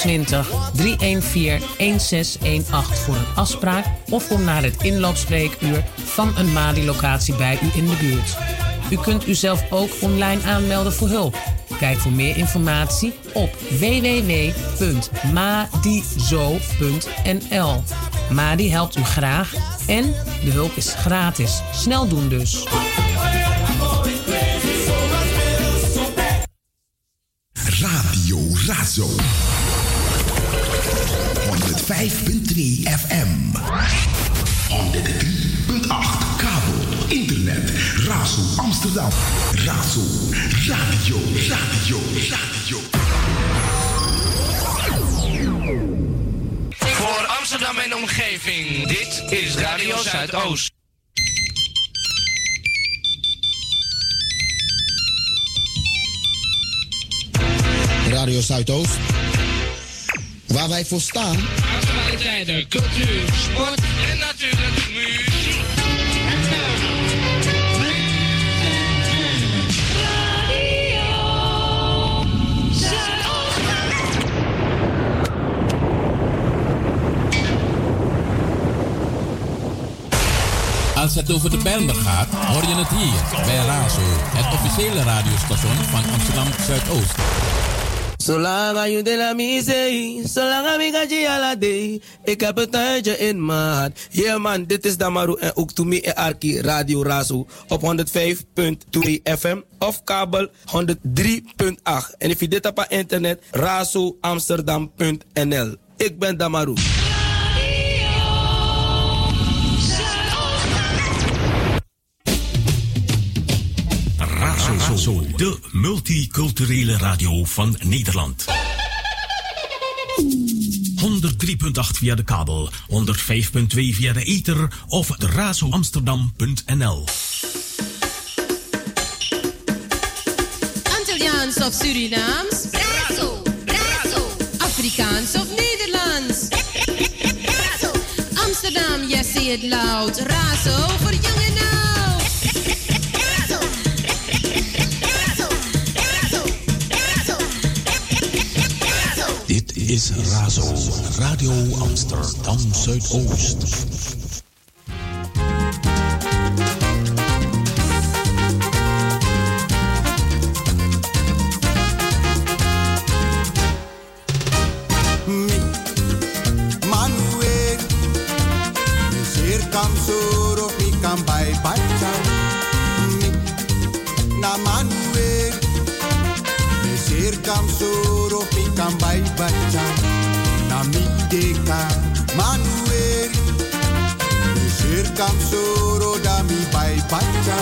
020 314 1618 voor een afspraak of kom naar het inloopspreekuur van een MADI-locatie bij u in de buurt. U kunt uzelf ook online aanmelden voor hulp. Kijk voor meer informatie op www.madizo.nl. MADI helpt u graag en de hulp is gratis. Snel doen dus. Radio Razo 105.2 FM 103.8 kabel, internet, Razo Amsterdam, Razo Radio. Voor Amsterdam en omgeving, dit is Radio Zuidoost. Radio Zuidoost, waar wij voor staan. Actualiteiten, cultuur, sport en natuurlijk muziek. Radio Zuidoost. Als het over de Bijlmer gaat, hoor je het hier bij Razo, het officiële radiostation van Amsterdam Zuidoost. Zolang je de la misee, zolang ik ga je ala day, ik heb het tijdje in mijn hart. Yeah man, dit is Damaru en ook to me en Arki Radio Razo op 105.2 FM of kabel 103.8. En if je dit op internet, razoamsterdam.nl. Ik ben Damaru. Razo, de multiculturele radio van Nederland. 103.8 via de kabel, 105.2 via de ether of razoamsterdam.nl. Antilliaans of Surinaams? Razo. Afrikaans of Nederlands? Razo. Amsterdam, yes, say it loud. Razo voor jong en oud. Dit is Razo, Radio Amsterdam Zuidoost. Manuel, zeer kam soro mi kam bij bacha. Na Manuel, zeer kam soro mi kam bij bacha. Na mi deka Manuel, zeer kam soro da mi bij bacha.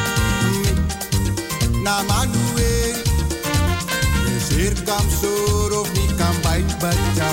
Na Manuel, zeer kam soro mi kam bij bacha.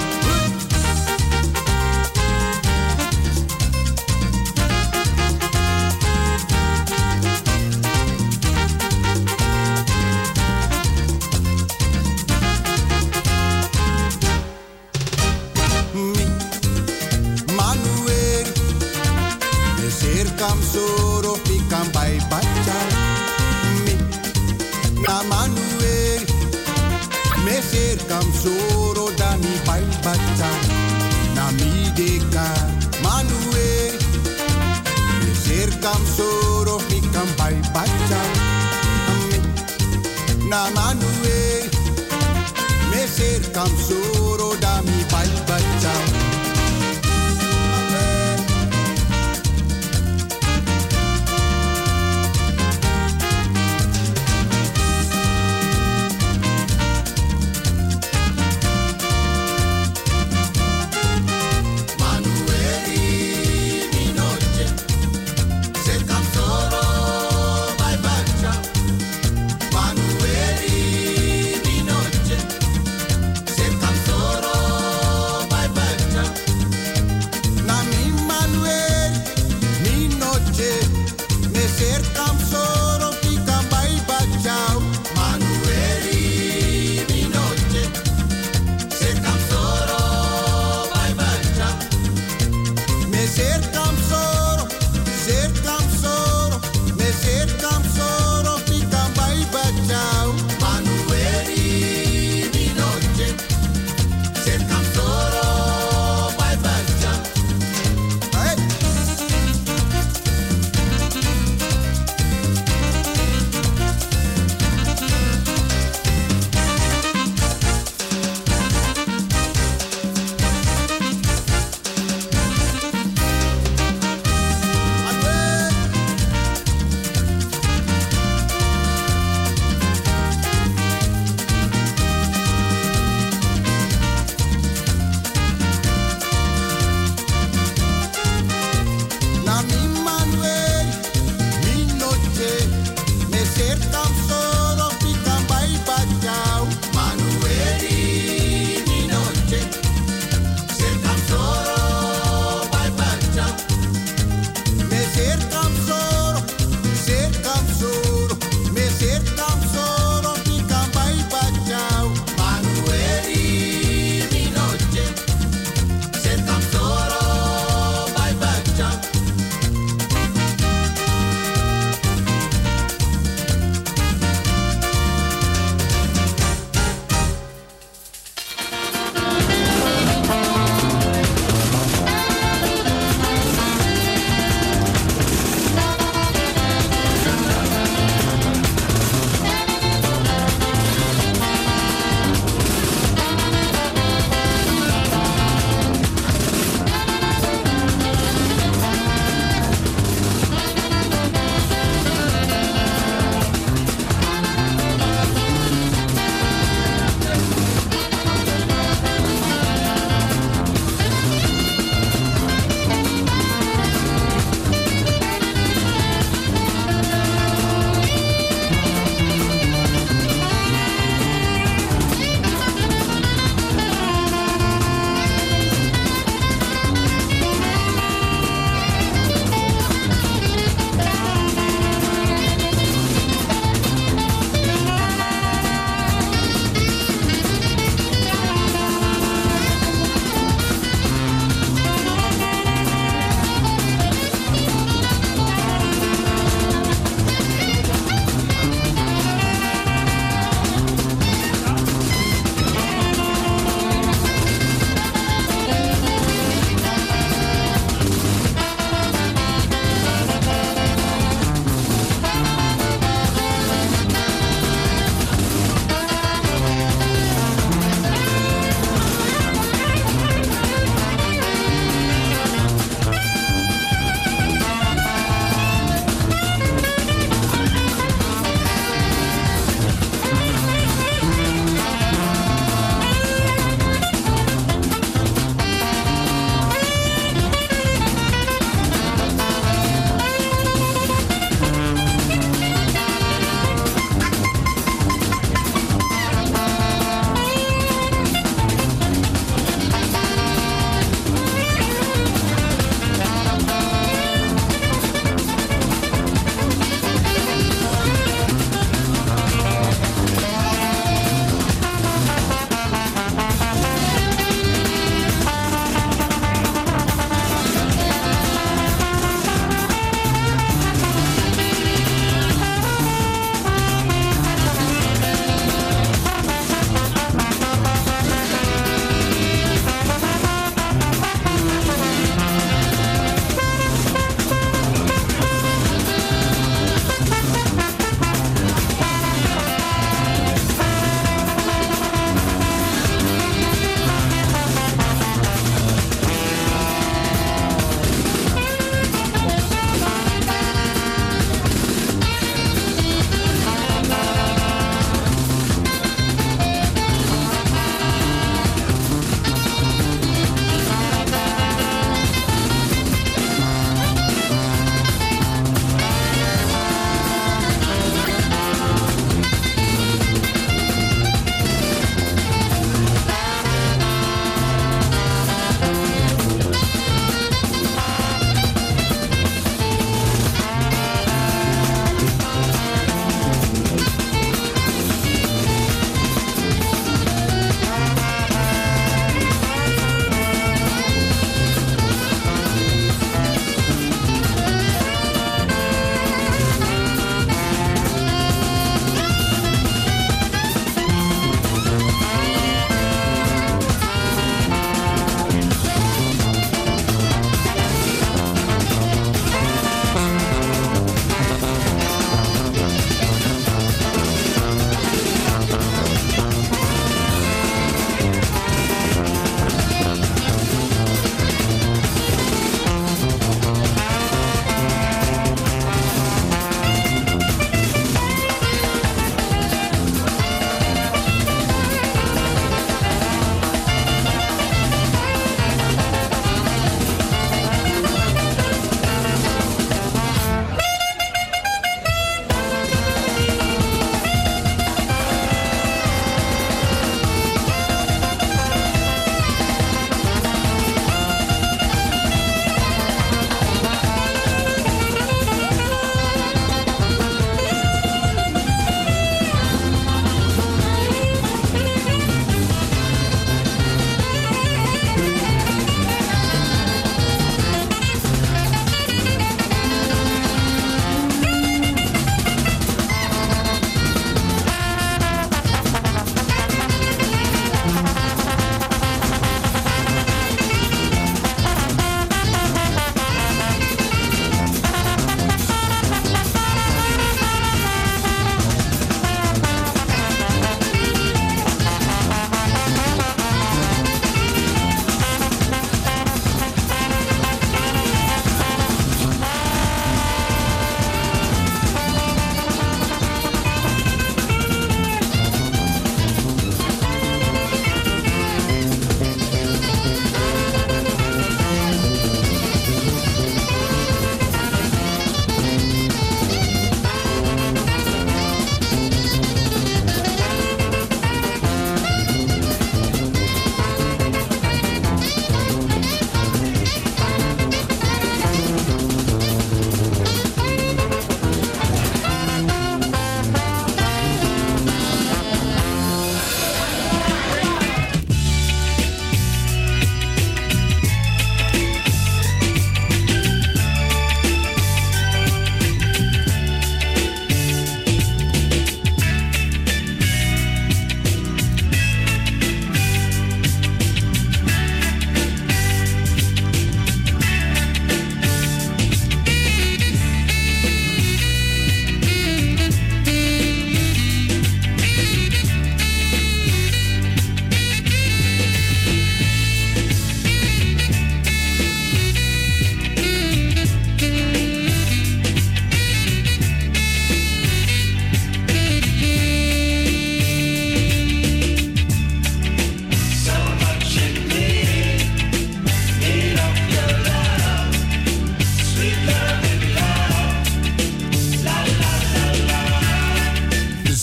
Kam soro mi kam bij bacha mi na Manuel me ser kam soro da mi bij bacha na mi deka Manuel me ser kam soro mi kam bij bacha mi na Manuel me ser kam soro da mi bij bacha. Cerca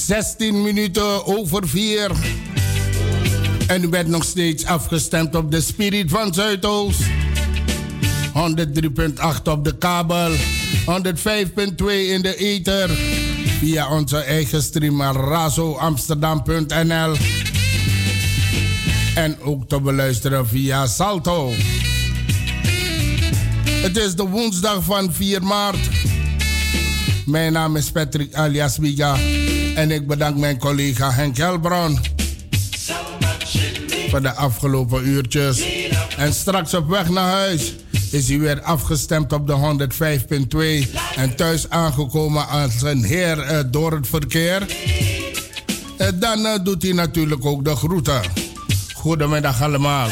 16 minuten over 4. En u bent nog steeds afgestemd op de Spirit van Zuidoost. 103.8 op de kabel. 105.2 in de ether. Via onze eigen streamer razoamsterdam.nl. En ook te beluisteren via Salto. Het is de woensdag van 4 maart. Mijn naam is Patrick alias Biga. En ik bedank mijn collega Henk Helbron voor de afgelopen uurtjes. En straks op weg naar huis is hij weer afgestemd op de 105.2. En thuis aangekomen als een heer door het verkeer. Dan doet hij natuurlijk ook de groeten. Goedemiddag allemaal.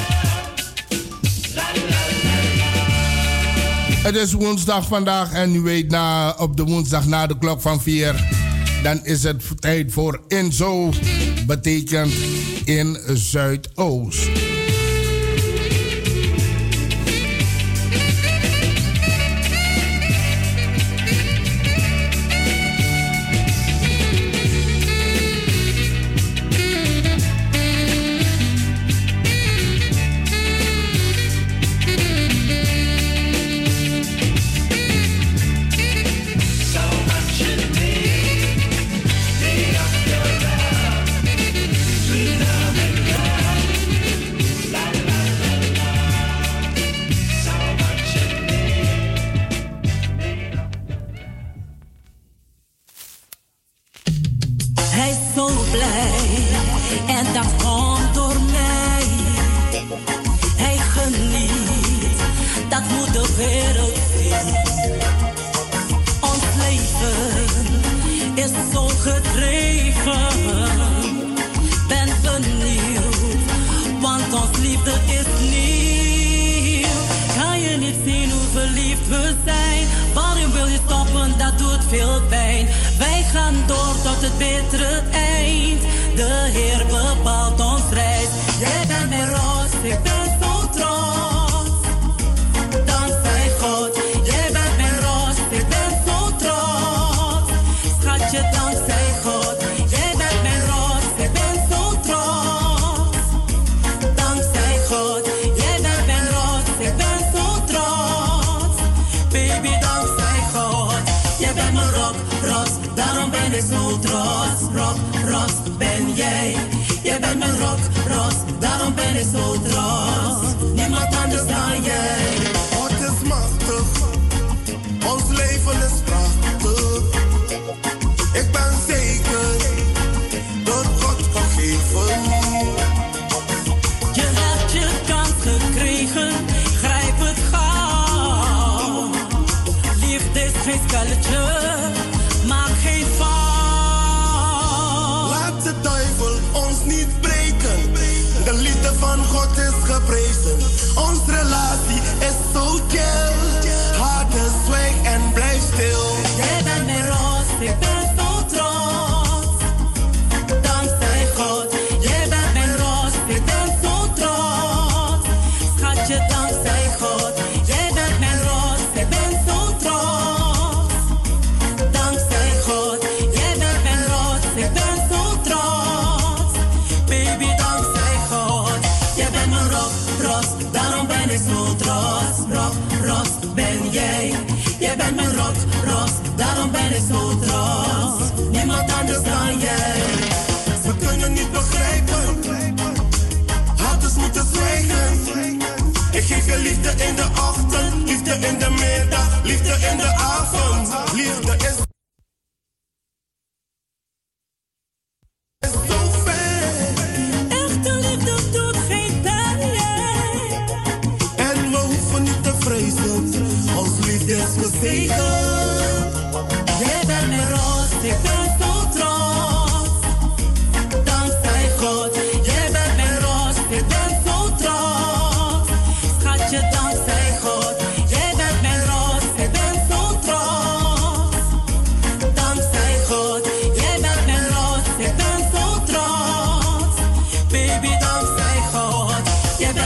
Het is woensdag vandaag en u weet op de woensdag na de klok van 4... dan is het tijd voor Inzo, betekent in Zuidoost.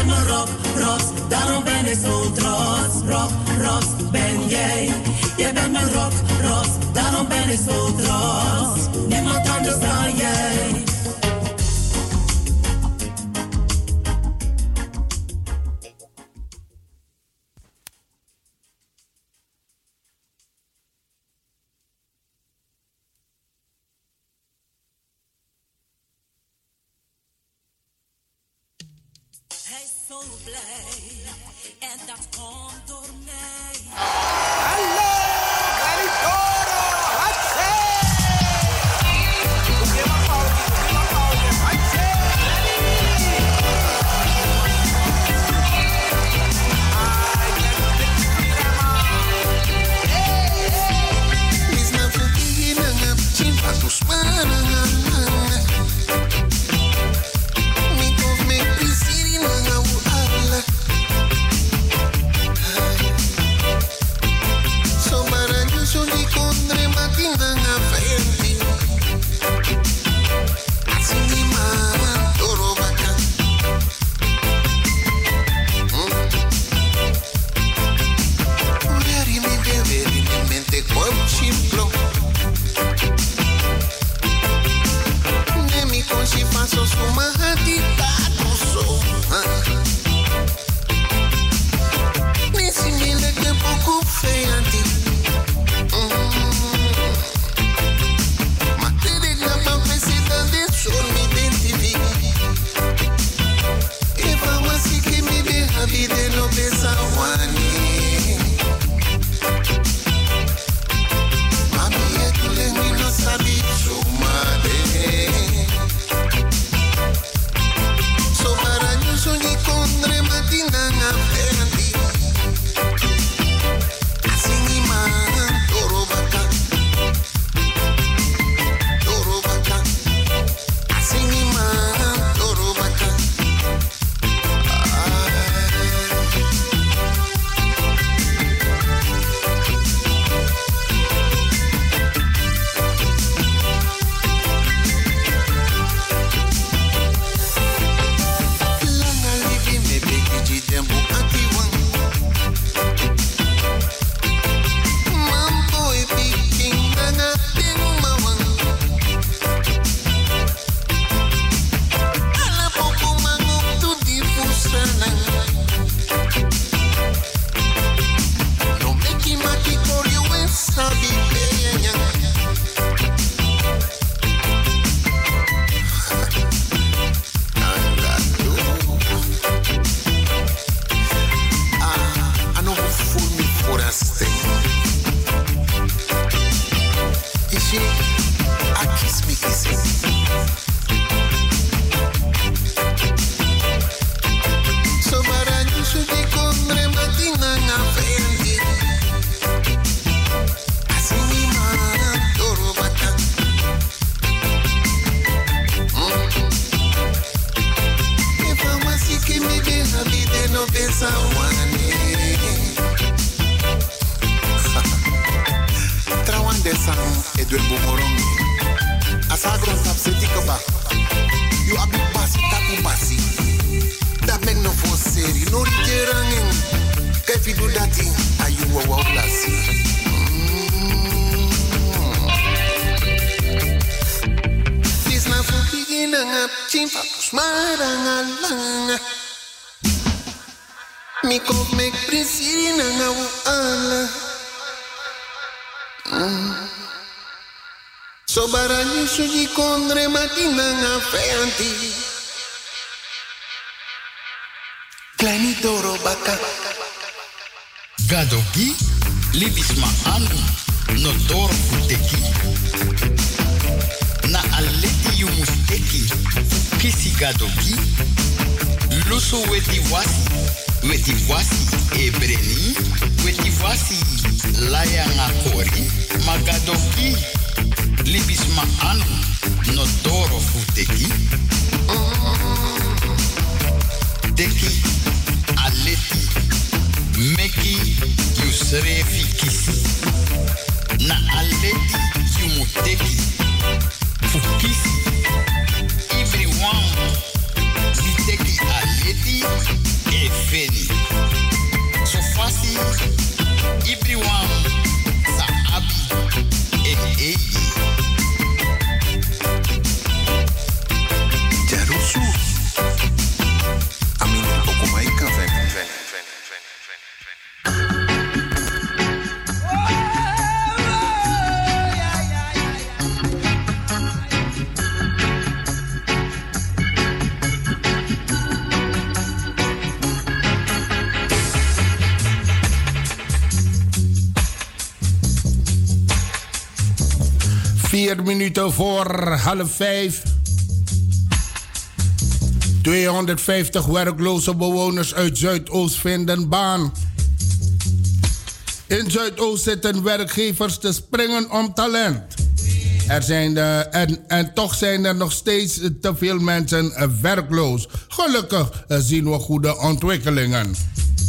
bent mijn rock, Rox, daarom ben ik zo trots. Rock, Rox, ben jij. Jij bent mijn rock, Rox, daarom ben ik zo trots. Niemand anders dan jij. Zo blij en dat komt door mij. Hallo, Garitoro, hatse! Doe maar pauze, hatse! Is na fukiina na chimpa tus manas. Gadogi, libisma anu, no dor futeki. Na aleti yu musteki, kisi gadogi, luso weti wasi ebreni, weti wasi laya ngakori, ma gadogi, libisma anu, no dor futeki. Deki, aleti, meki yu srefi kisi. Na aleti yu muteki fukisi. Everyone biteki aleti veni. So fasi everyone sa abi egi. Jarusu. Amin okumaika ven. 4 minuten voor 4:30. 250 werkloze bewoners uit Zuidoost vinden baan. In Zuidoost zitten werkgevers te springen om talent. En toch zijn er nog steeds te veel mensen werkloos. Gelukkig zien we goede ontwikkelingen.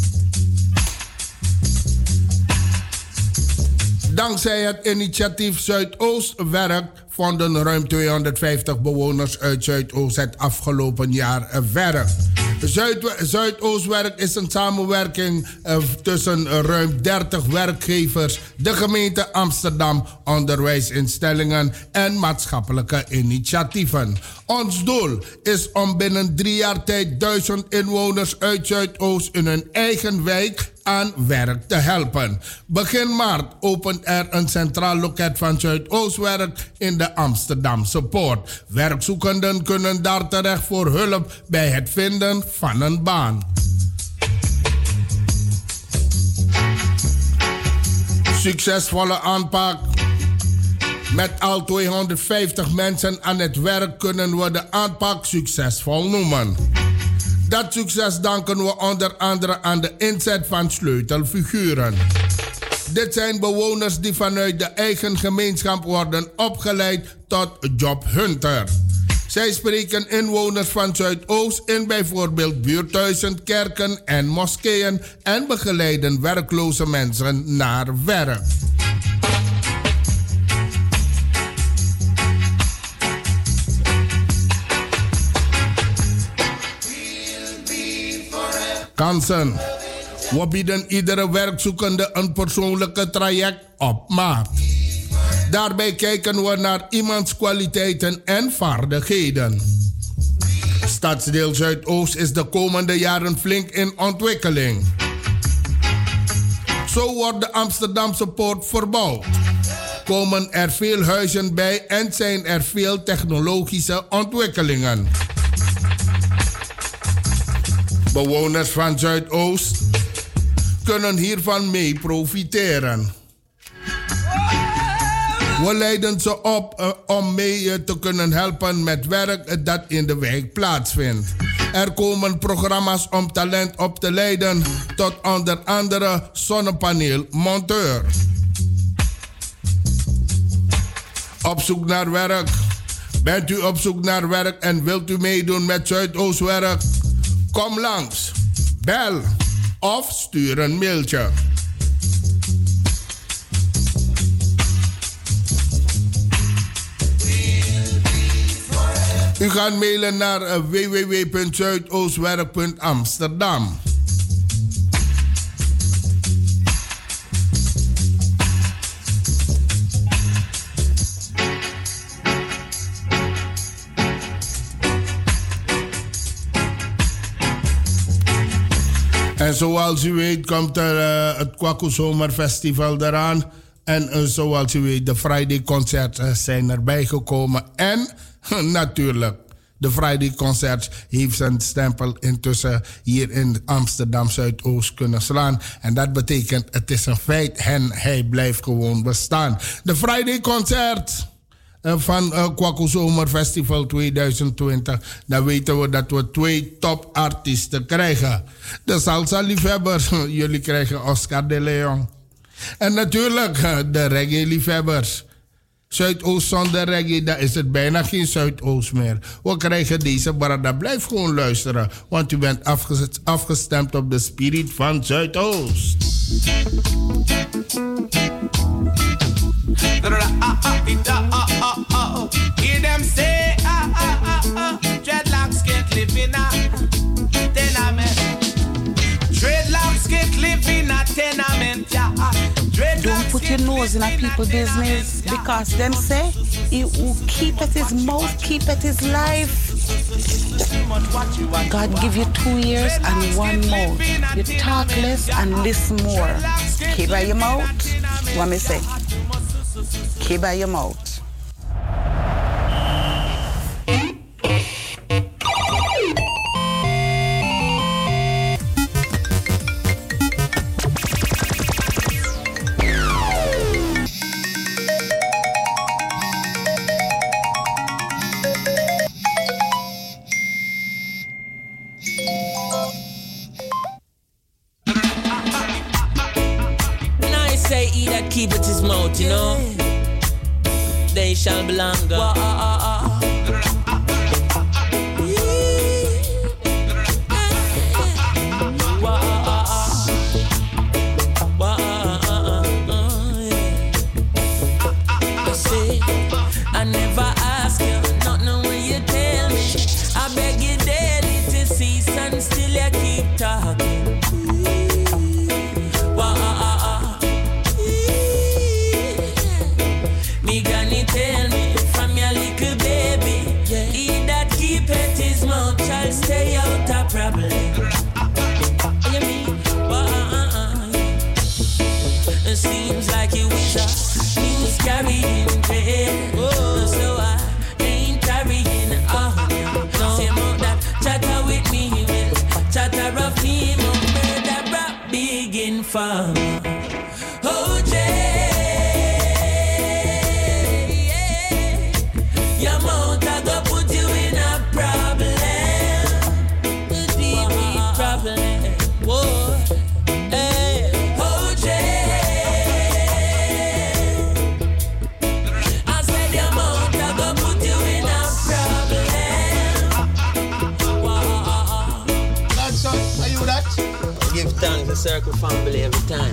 Dankzij het initiatief Zuidoost werkt vonden ruim 250 bewoners uit Zuidoost het afgelopen jaar werk. Zuidoostwerk is een samenwerking tussen ruim 30 werkgevers, de gemeente Amsterdam, onderwijsinstellingen en maatschappelijke initiatieven. Ons doel is om binnen 3 jaar tijd 1000 inwoners uit Zuidoost in hun eigen wijk aan werk te helpen. Begin maart opent er een centraal loket van Zuidoostwerk in de Amsterdamse Poort. Werkzoekenden kunnen daar terecht voor hulp bij het vinden van een baan. Succesvolle aanpak. Met al 250 mensen aan het werk kunnen we de aanpak succesvol noemen. Dat succes danken we onder andere aan de inzet van sleutelfiguren. Dit zijn bewoners die vanuit de eigen gemeenschap worden opgeleid tot jobhunter. Zij spreken inwoners van Zuidoost in bijvoorbeeld buurthuizen, kerken en moskeeën en begeleiden werkloze mensen naar werk. Kansen. We bieden iedere werkzoekende een persoonlijke traject op maat. Daarbij kijken we naar iemands kwaliteiten en vaardigheden. Stadsdeel Zuidoost is de komende jaren flink in ontwikkeling. Zo wordt de Amsterdamse Poort verbouwd. Komen er veel huizen bij en zijn er veel technologische ontwikkelingen. Bewoners van Zuidoost kunnen hiervan mee profiteren. We leiden ze op om mee te kunnen helpen met werk dat in de wijk plaatsvindt. Er komen programma's om talent op te leiden tot onder andere zonnepaneelmonteur. Op zoek naar werk. Bent u op zoek naar werk en wilt u meedoen met Zuidoostwerk? Kom langs, bel of stuur een mailtje. U gaat mailen naar www.zuidoostwerk.amsterdam. En zoals u weet komt er het Kwaku Zomerfestival eraan. En zoals u weet, de Friday Concerts zijn erbij gekomen. En natuurlijk, de Friday Concerts heeft zijn stempel intussen hier in Amsterdam Zuidoost kunnen slaan. En dat betekent, het is een feit en hij blijft gewoon bestaan. De Friday Concerts van Kwaku Zomerfestival 2020. Dan weten we dat we 2 topartiesten krijgen. De salsa-liefhebbers, jullie krijgen Oscar de Leon. En natuurlijk de reggae-liefhebbers. Zuidoost zonder reggae, dan is het bijna geen Zuidoost meer. We krijgen deze barada. Blijf gewoon luisteren, want u bent afgestemd op de spirit van Zuidoost. Hear them say, dreadlocks can't live in a tenement. your nose in a people's business because them say he who keepeth his mouth, keepeth his life. God give you 2 ears and 1 mouth. You talk less and listen more. Keep by your mouth. What me say? Keep by your mouth. Keepeth his mouth, you know, they shall be longer. I never ask you, not know when you tell me. I beg you daily to cease and still you keep talking. Me granny tell me from your little baby, he that keepeth his mouth shall stay out of problem. You mean? It seems like you wish he was carrying dread. So I ain't carrying on. No, same out that chatter with me will chatter of him on murder rap big in farm. Oh, your mouth I go put you in a problem, a deep problem. Whoa, hey, oh I said your mouth I go put you in a problem. Whoa. Godson, are you that? Give thanks to Circle Family every time.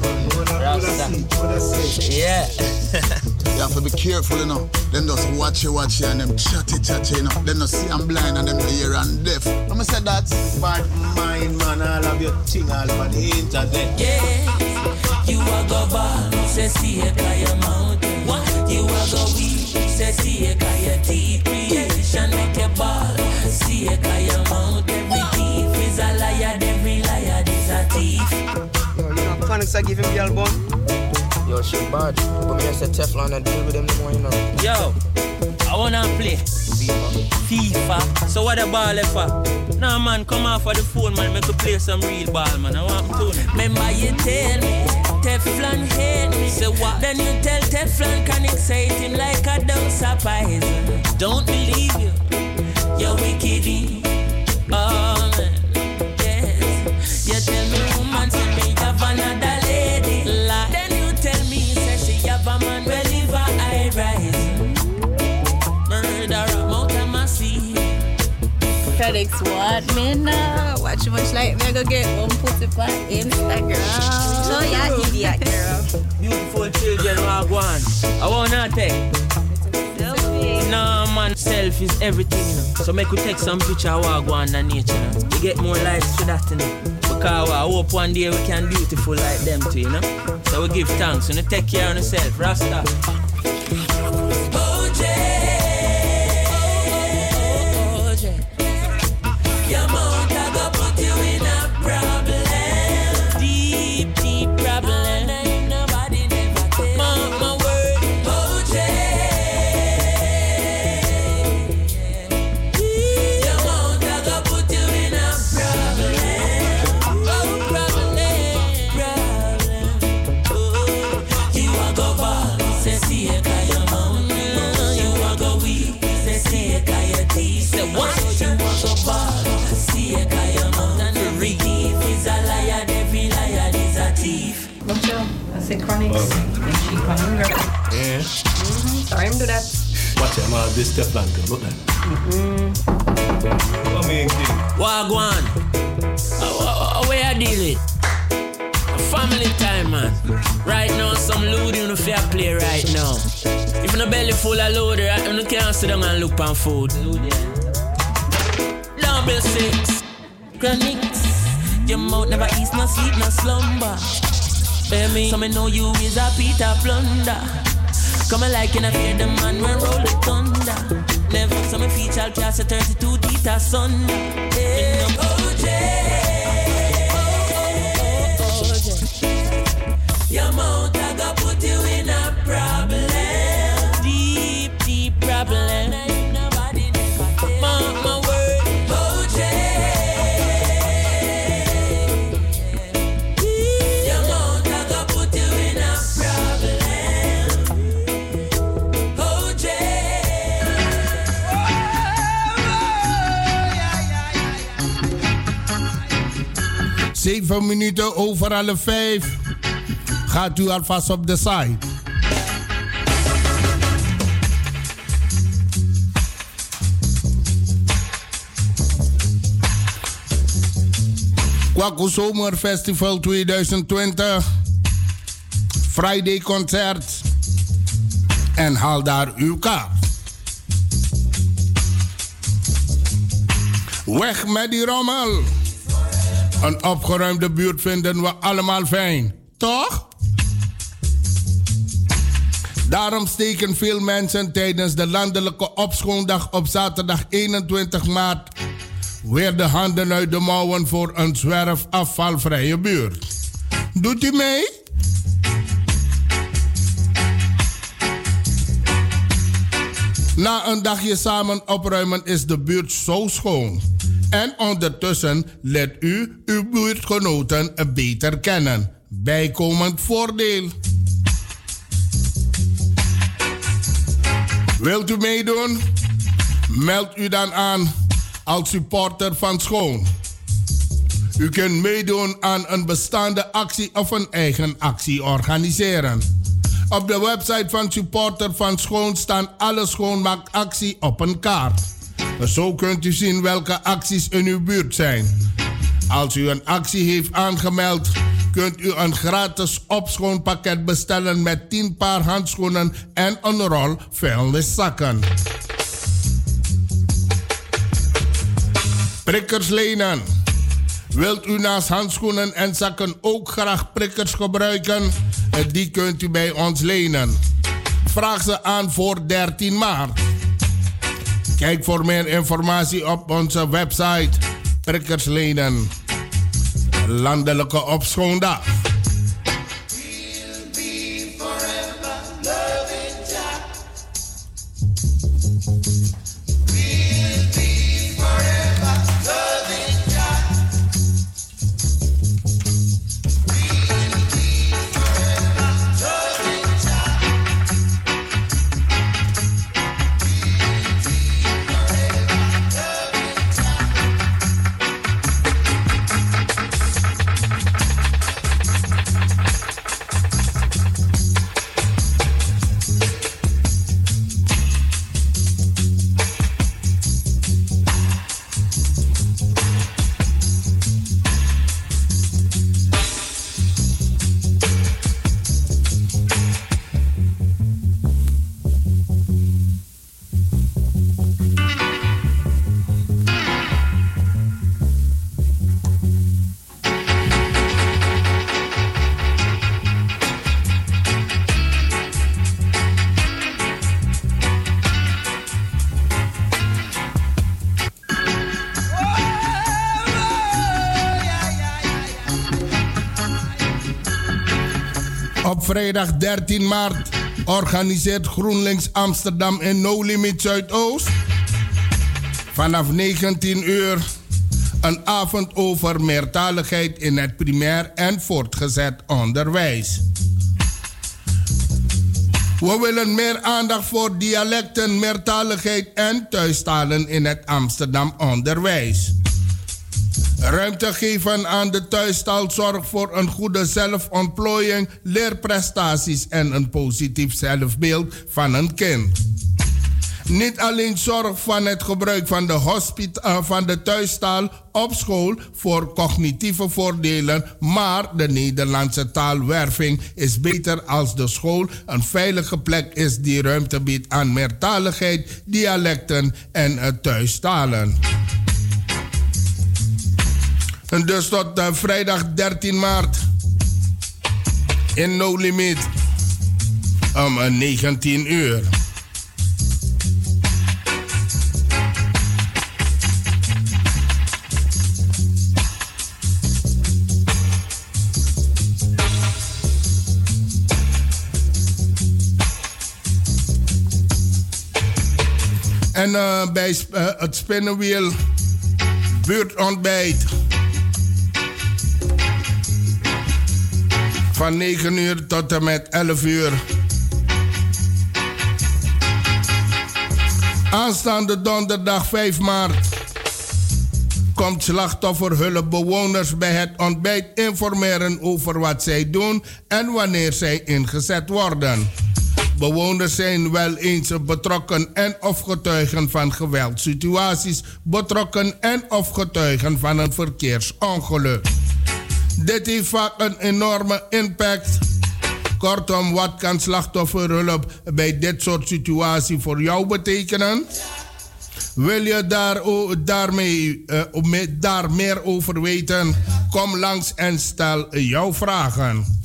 Yeah. You have to be careful, you know. Them just watch you, and them chatty, you know. Them not see I'm blind and them hear and deaf. I'm say that. Bad mind, man, all of your thing all over the internet. Yeah, you are go ball, say see it by your mouth. What? You are go weak, say see it by your teeth. Creation make a ball, see it by your mouth. Every thief is a liar, every liar is a thief. Yo, you know, Connex I give him the album. Yo, shit bad. But me I say Teflon and deal with them no more, you know. Yo, I wanna play FIFA. So what the ball for? Nah, man, come off of the phone, man. Make you play some real ball, man. I want to. Remember you tell me Teflon hate me. Say what? Then you tell Teflon can excite him like a dose of poison. Don't believe you. You're wicked. Oh man, yes. You tell me woman say me have another lady. Lie. Then you tell me say she have a man well live a high rise. Murderer, mouth of my sea. Felix, what me now? Watch much like me go get one put it on Instagram. So yeah, idiot girl. Beautiful children walk one. I wanna take. Nah man, self is everything, you know. So make we take some picture of walk one and nature, you know. We get more likes for that, you know. Because I hope one day we can beautiful like them too, you know. So we give thanks, you know, take care of yourself, Rasta. Your mouth I go put you in a problem, deep, deep problem. Nobody never tell my word, OJ. Your mouth I go put you in a problem, oh problem. Oh, you a go ball, say see it by your mouth. You a go weak, say see it by your teeth. Say what? You a go ball. See a guy amount and every thief is a liar, every liar is a thief. Watch out, I say Chronics and cheap and hunger. Yeah. Sorry, I'm do that. Watch it, man, this Teflon girl, look that. What mean, kid? Wagwan. Where I deal it? Family time, man. Right now, some load you no fair play right now. If no belly full of load, right, you can't sit down and look on food. Double 6 Chronics. Your mouth never eats, no sleep, no slumber. So me know you is a Peter Plunder. Come like in a fear the man when roll the thunder. Never so me feature class a 32 Tita Sunday. OJ, your mouth I go put you in a problem. Deep problem. My word, OJ. Your mouth I go put you in a problem. OJ. 7 minuten over alle 5. Gaat u alvast op de site. Kwaku Zomerfestival 2020. Friday concert. En haal daar uw kaart. Weg met die rommel. Een opgeruimde buurt vinden we allemaal fijn, toch? Daarom steken veel mensen tijdens de landelijke opschoondag op zaterdag 21 maart weer de handen uit de mouwen voor een zwerfafvalvrije buurt. Doet u mee? Na een dagje samen opruimen is de buurt zo schoon. En ondertussen leert u uw buurtgenoten beter kennen. Bijkomend voordeel. Wilt u meedoen? Meld u dan aan als supporter van Schoon. U kunt meedoen aan een bestaande actie of een eigen actie organiseren. Op de website van supporter van Schoon staan alle schoonmaakacties op een kaart. Zo kunt u zien welke acties in uw buurt zijn. Als u een actie heeft aangemeld, kunt u een gratis opschoonpakket bestellen met 10 paar handschoenen en een rol vuilniszakken. Prikkers lenen. Wilt u naast handschoenen en zakken ook graag prikkers gebruiken? Die kunt u bij ons lenen. Vraag ze aan voor 13 maart. Kijk voor meer informatie op onze website. Prikkers lenen. Landelijke opschoondag. Vrijdag 13 maart organiseert GroenLinks Amsterdam in No Limit Zuidoost vanaf 19 uur een avond over meertaligheid in het primair en voortgezet onderwijs. We willen meer aandacht voor dialecten, meertaligheid en thuistalen in het Amsterdam onderwijs. Ruimte geven aan de thuistaal zorgt voor een goede zelfontplooiing, leerprestaties en een positief zelfbeeld van een kind. Niet alleen zorg van het gebruik van de thuistaal op school voor cognitieve voordelen, maar de Nederlandse taalwerving is beter als de school een veilige plek is die ruimte biedt aan meertaligheid, dialecten en thuistalen. En dus tot vrijdag 13 maart in No Limit om 19 uur. En bij het spinnenwiel buurtontbijt van 9 uur tot en met 11 uur. Aanstaande donderdag 5 maart komt slachtofferhulpbewoners bij het ontbijt informeren over wat zij doen en wanneer zij ingezet worden. Bewoners zijn wel eens betrokken en of getuigen van geweldssituaties, betrokken en of getuigen van een verkeersongeluk. Dit heeft vaak een enorme impact. Kortom, wat kan slachtofferhulp bij dit soort situaties voor jou betekenen? Wil je daar meer over weten? Kom langs en stel jouw vragen.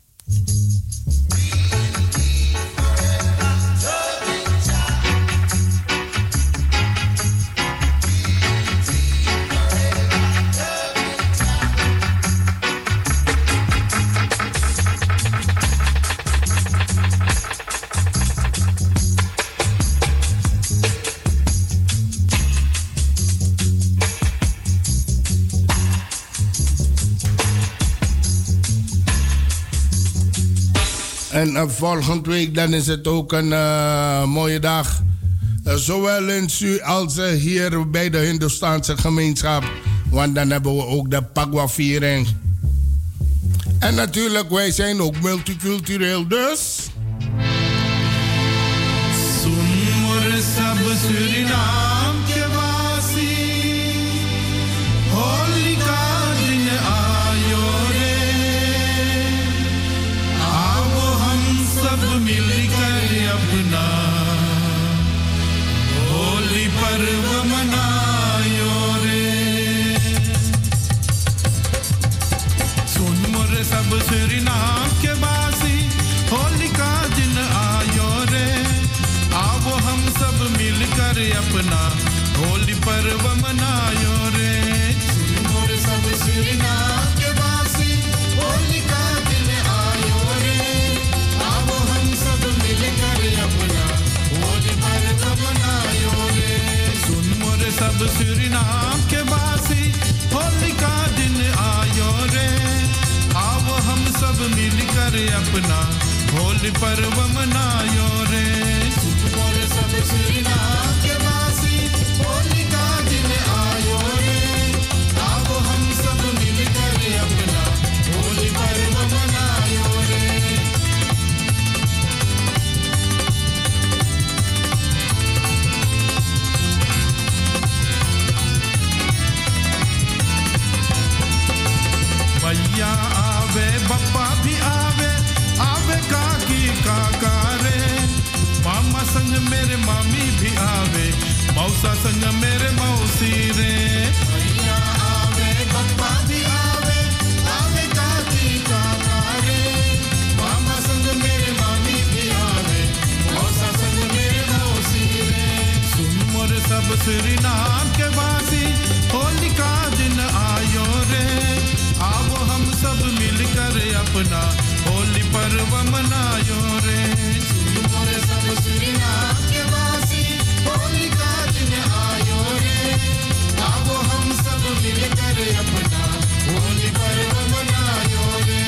En volgende week dan is het ook een mooie dag. Zowel in Su als hier bij de Hindoestaanse gemeenschap. Want dan hebben we ook de Pagwa-viering. En natuurlijk, wij zijn ook multicultureel, dus... पर्व मनायो रे सुन मोरे सब सुरीनाम के बासी होली का दिन आयो रे आओ हम सब मिलकर अपना होली पर्व मनायो रे सुन मोरे सब सुरीनाम के बासी होली का दिन आयो रे आओ हम सब मिलकर अपना होली पर्व मनायो रे सुन मोरे सब सुरीनाम के बासी होली का दिन आयो रे आओ हम सब मिलकर अपना होली पर्व मनायो रे सुन मोरे सब सुरीनाम के बासी होली का दिन आयो रे आओ हम सब मिलकर अपना होली पर्व मनायो रे भैया आवे बप्पा भी आवे आवे काकी काका रे मामा संग मेरे मामी भी आवे मौसा संग मेरे मौसी रे भैया आवे बप्पा भी आवे आवे काकी काका रे मामा संग मेरे मामी भी आवे मौसा संग मेरे मौसी रे सुन मोरे सब सुरीनाम के बासी होली का दिन आयो रे आओ हम सब मिलकर अपना होली पर्व मनायो रे सुन मोरे सब सुरीनाम के बासी होली का दिन आयो रे आओ हम सब मिलकर अपना होली पर्व मनायो रे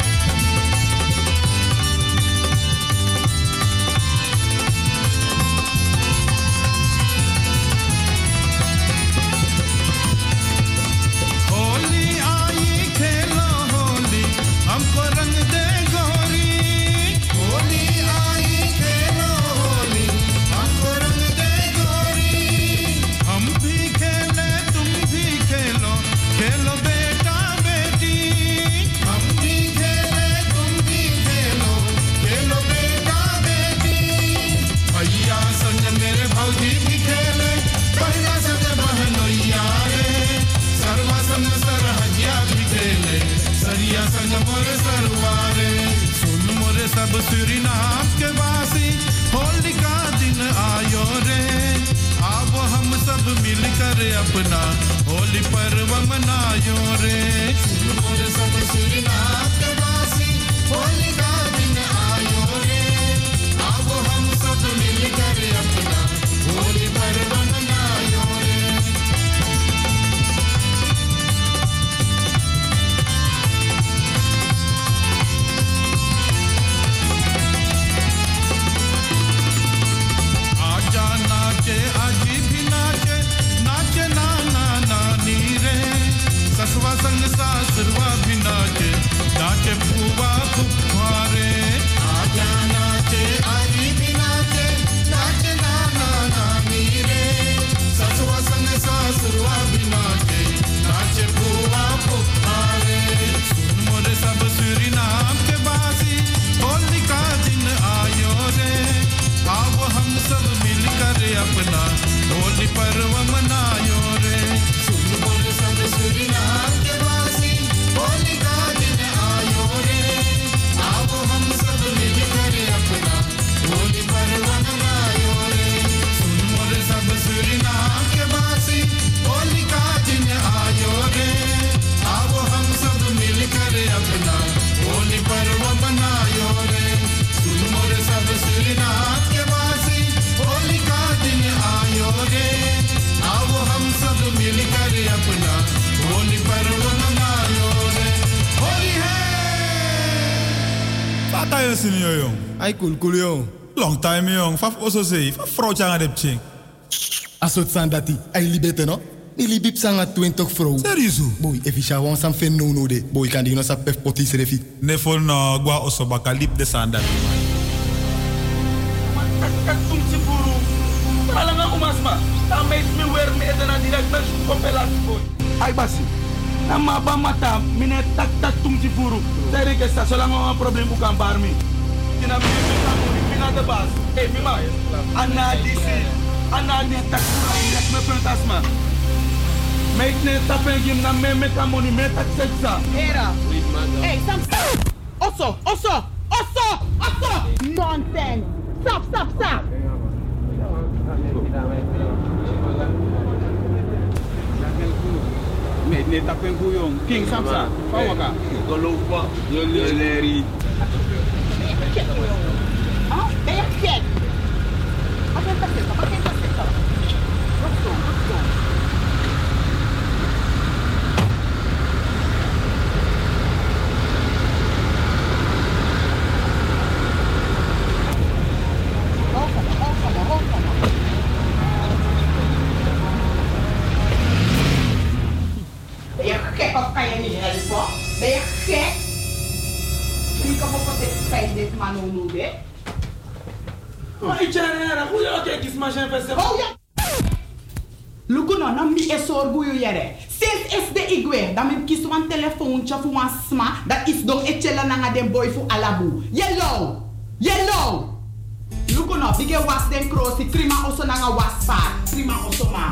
होली आई खेलो होली हमको रंग दे गोरी होली आई खेलो होली हमको रंग दे गोरी हम भी खेले तुम भी खेलो खेलो बेटा बेटी हम भी खेले तुम भी खेलो खेलो बेटा बेटी भैया संग मेरे भौजी भी खेले बहना संग बहनोइया रे सर्वा संग सरहजिया भी खेले सरिया संग मोर सरवारे sab Suriname ke वासी होली का दिन आयो रे आओ हम सब मिलकर अपना होली पर्व मनायो रे मोर सब सुरीनाम के वासी होली का दिन आयो रे आओ हम सब मिलकर अपना होली पर्व मनायो रे आजा नाचे आजी भी नाचे नाचे नाना नानी रे ससुआ संग सासुरवा भी नाचे नाचे बुआ फुफा रे आजा नाचे आजी भी नाचे नाचे नाना नानी रे ससुआ संग सासुरवा भी नाचे नाचे बुआ फुफा रे सुन मोरे सब सुरीनाम के वासी होली का दिन आयो रे आओ हम सब मिलकर अपना होली पर्व मनायो रे सुन मोरे सब सुरीनाम के वासी होली का दिन आयो रे आओ हम सब मिलकर अपना होली पर्व मनायो रे सुन मोरे सब सुरीनाम के वासी होली का दिन आयो रे आओ हम सब मिलकर अपना होली पर्व मनायो रे सुन मोरे सब सुरीनाम के वासी होली का दिन आयो रे आओ हम सब मिलकर अपना होली पर्व मनायो रे होली है Fata yo sini yo yong. Ay cool yo. Long time yong. Faf oso sei. Faf vrouw changa dep ching. Asot san dati. Ay libete no? Ni libip sanga 20 vrouw. Serieus? Boy, if je gewoon sam fen no de. Boy, kan die no sa pef potis refi. Ne fol no gwa oso baka lip de san dati. Tum si furu. Malang ako masma. Tamay mi wer mi edana direct na kopelas boy. Ay basi. Nama ba mata mine tak tum si furu. Dari ke sa solang ang problem bukan barmi. Tinabi mi tamu ni pina de bas. Eh mi ma. Ana di tak direct me plantasma. Meet ne tapen gim na me kamoni me tak seksa. Era. Hey, Sam. Oso. Nonsense. Stop. Ne tapen guyong. King Samsa. Pawa ka. Golopa. Yoleri. Ah, ben gek. Wat is dat? Ben je gek of kan je niet helpen? Ben je gek? Wie kan op het feit dit man nu de? Maar ik jaren, hoe je ook eens maar zijn festival. Oh ja. Lukuno, na mi esor guyu yere. Sinds is de igwe, dan mi kies wan telefoontje voor wan sma, dat is don etchela nanga den boy voor alabu. Yellow. Lukuno, bige was den krosi, krima oso nanga waspa, krima oso man.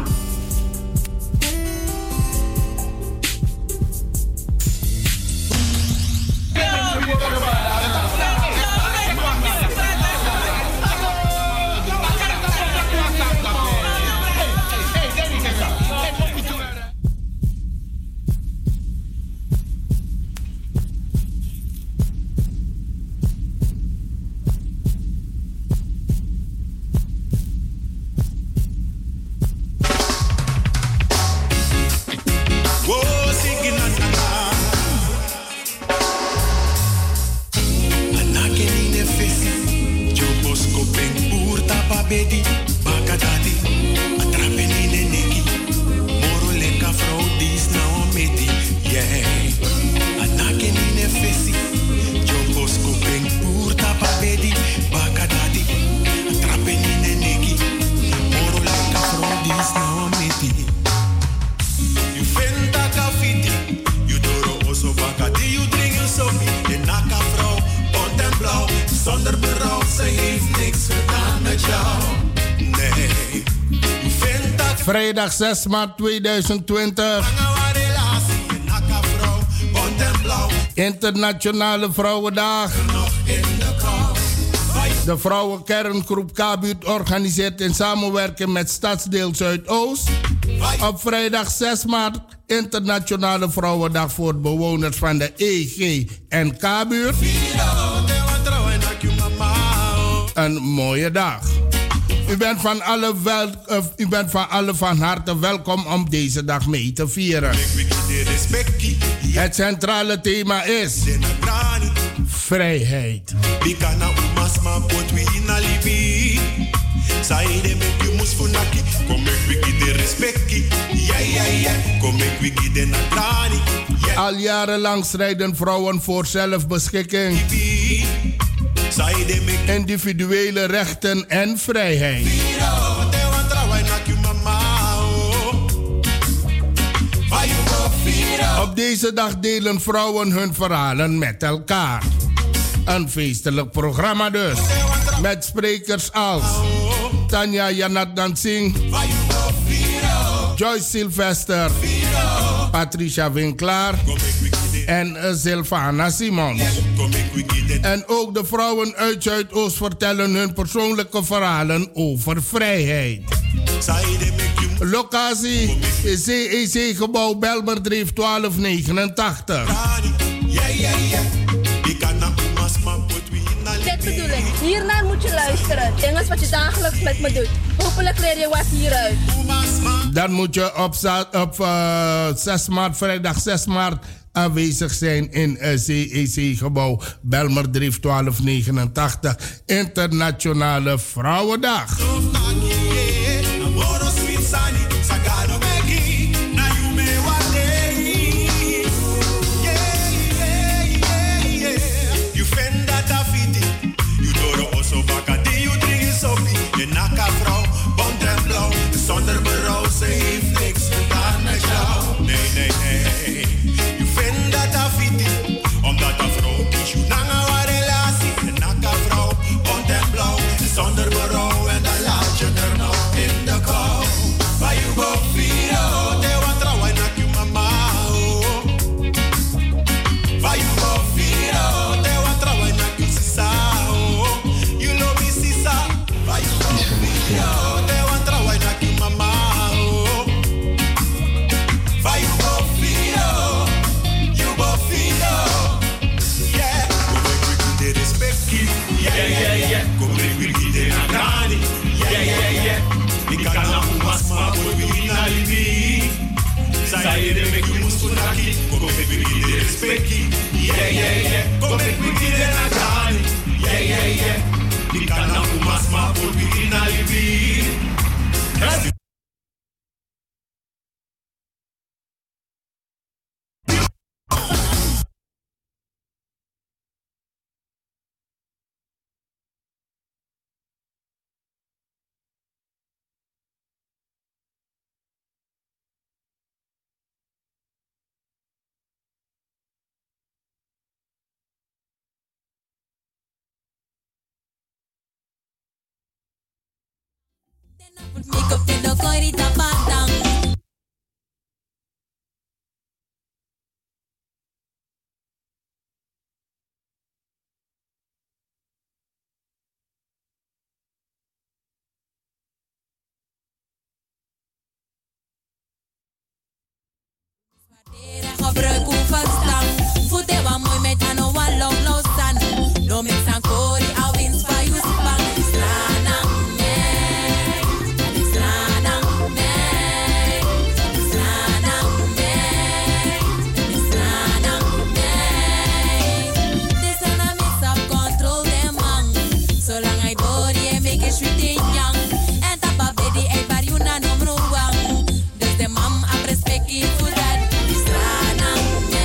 Bedi, bakadati, atrapeni neneki, moro leka vrouw dis na ometi, yeah. Anakeni ne fesi, jongos kopeng purta babedi, bakadati, atrapeni neneki, moro leka vrouw dis na ometi. You fenta kafiti, you doro oso bakadi, you drink you somi, je naka vrouw, bont en blauw, zonder berouw, ze heeft niks gedaan met jou. Nee, je vindt dat vrijdag 6 maart 2020. Internationale Vrouwendag. Nog in de kou. De vrouwenkerngroep K-buurt organiseert in samenwerking met Stadsdeel Zuidoost op vrijdag 6 maart Internationale Vrouwendag voor bewoners van de EG en K-buurt. Een mooie dag. U bent van alle van harte welkom om deze dag mee te vieren. Het centrale thema is vrijheid. Al jarenlang strijden vrouwen voor zelfbeschikking, individuele rechten en vrijheid. Op deze dag delen vrouwen hun verhalen met elkaar. Een feestelijk programma dus. Met sprekers als Tanya Janathan Singh, Joyce Sylvester, Patricia Winkelaar en Sylvana Simons. En ook de vrouwen uit Zuidoost vertellen hun persoonlijke verhalen over vrijheid. Locatie is CEC-gebouw Belmerdreef 1289. Dit bedoel ik. Hiernaar moet je luisteren. Dingen wat je dagelijks met me doet. Hopelijk leer je wat hieruit. Dan moet je op 6 maart, vrijdag 6 maart... aanwezig zijn in CEC-gebouw Belmerdreef 1289. Internationale Vrouwendag. Zonder berouw, ze heeft niks gedaan met jou. Nee, nee, nee. Je vindt dat afiti, omdat een vrouw kiest je nanga waar relatie. Een nakka vrouw, bont en blauw. Zonder berouw en dan laat je er nog in de kou. Maar je go viro, te wat trouwen nak je mama. Maar je go viro, te wat trouwen nak je sisa. You love me sisa. Maar je go viro, te wat trouwen nak je mama. Vai you go fino, you go fino. Yeah, come make we give the respect. Yeah, yeah, yeah. Come make we give the nagani. Yeah, yeah, yeah. We can't mas ma boy we na libi. Say they make you muskulaki. Come make we give the respect. Yeah, yeah, yeah. Come make we give the nagani. Yeah, yeah, yeah. We can't mas ma boy we na libi. Make up in the corridor padang. Gebruik hoe verstand. Voeten wat mooi met aan een long losan. No mix aan kori, al winst van je spang. Dus de mam aprespecti voor dat.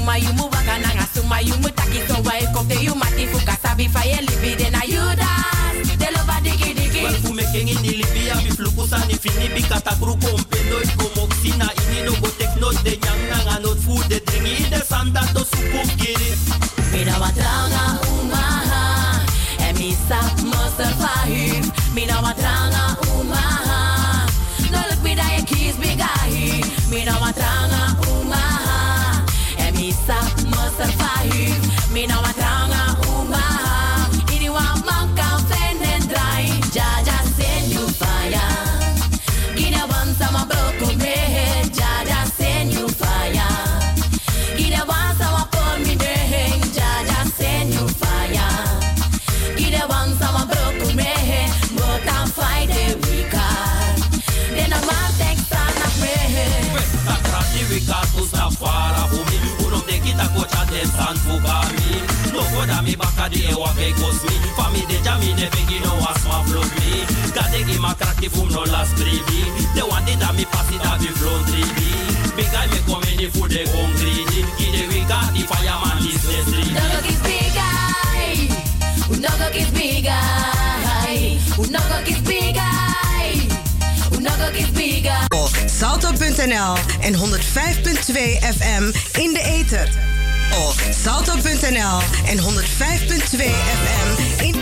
suma you mu waka nanga suma you mu taki so wai kokte you mati fuka sabi fa ye libi de na you das de lo ba digi digi well fu me kengi ni libi ya bi fluku sa ni fini bi kata kru kompendo ko moxina ini no go tek no de nyang nanga not food de dringi de sanda to suku kiri mina watranga umaha e mi sa moster fahim mina watranga umaha no look me da ye kiss big guy mina watranga umaha e mi sa moster fahim mina watranga umaha ini wa man kan fen and dry jaja send you fire gina one sama broke me jaja send you fire gina one sama pour me de jaja send you fire gina one sama broke me but I'm fight the weekend then a man takes on a prayer takrati wikatus na fara bumi uno de kita kocha dem san fukami no koda mi bakadi e wa pekos mi fami de jami ne bengi no asma vlog mi kade gi makrati fum no las tribi de wande da mi pasi da bi vlog tribi big guy me come ni food de concrete ki de we got the fireman business tribi Unogo kiss big guy Unogo kiss big guy Unogo kiss big guy Unogo kiss big guy Salto.nl en 105.2 FM in de ether. Salto.nl en 105.2 FM in...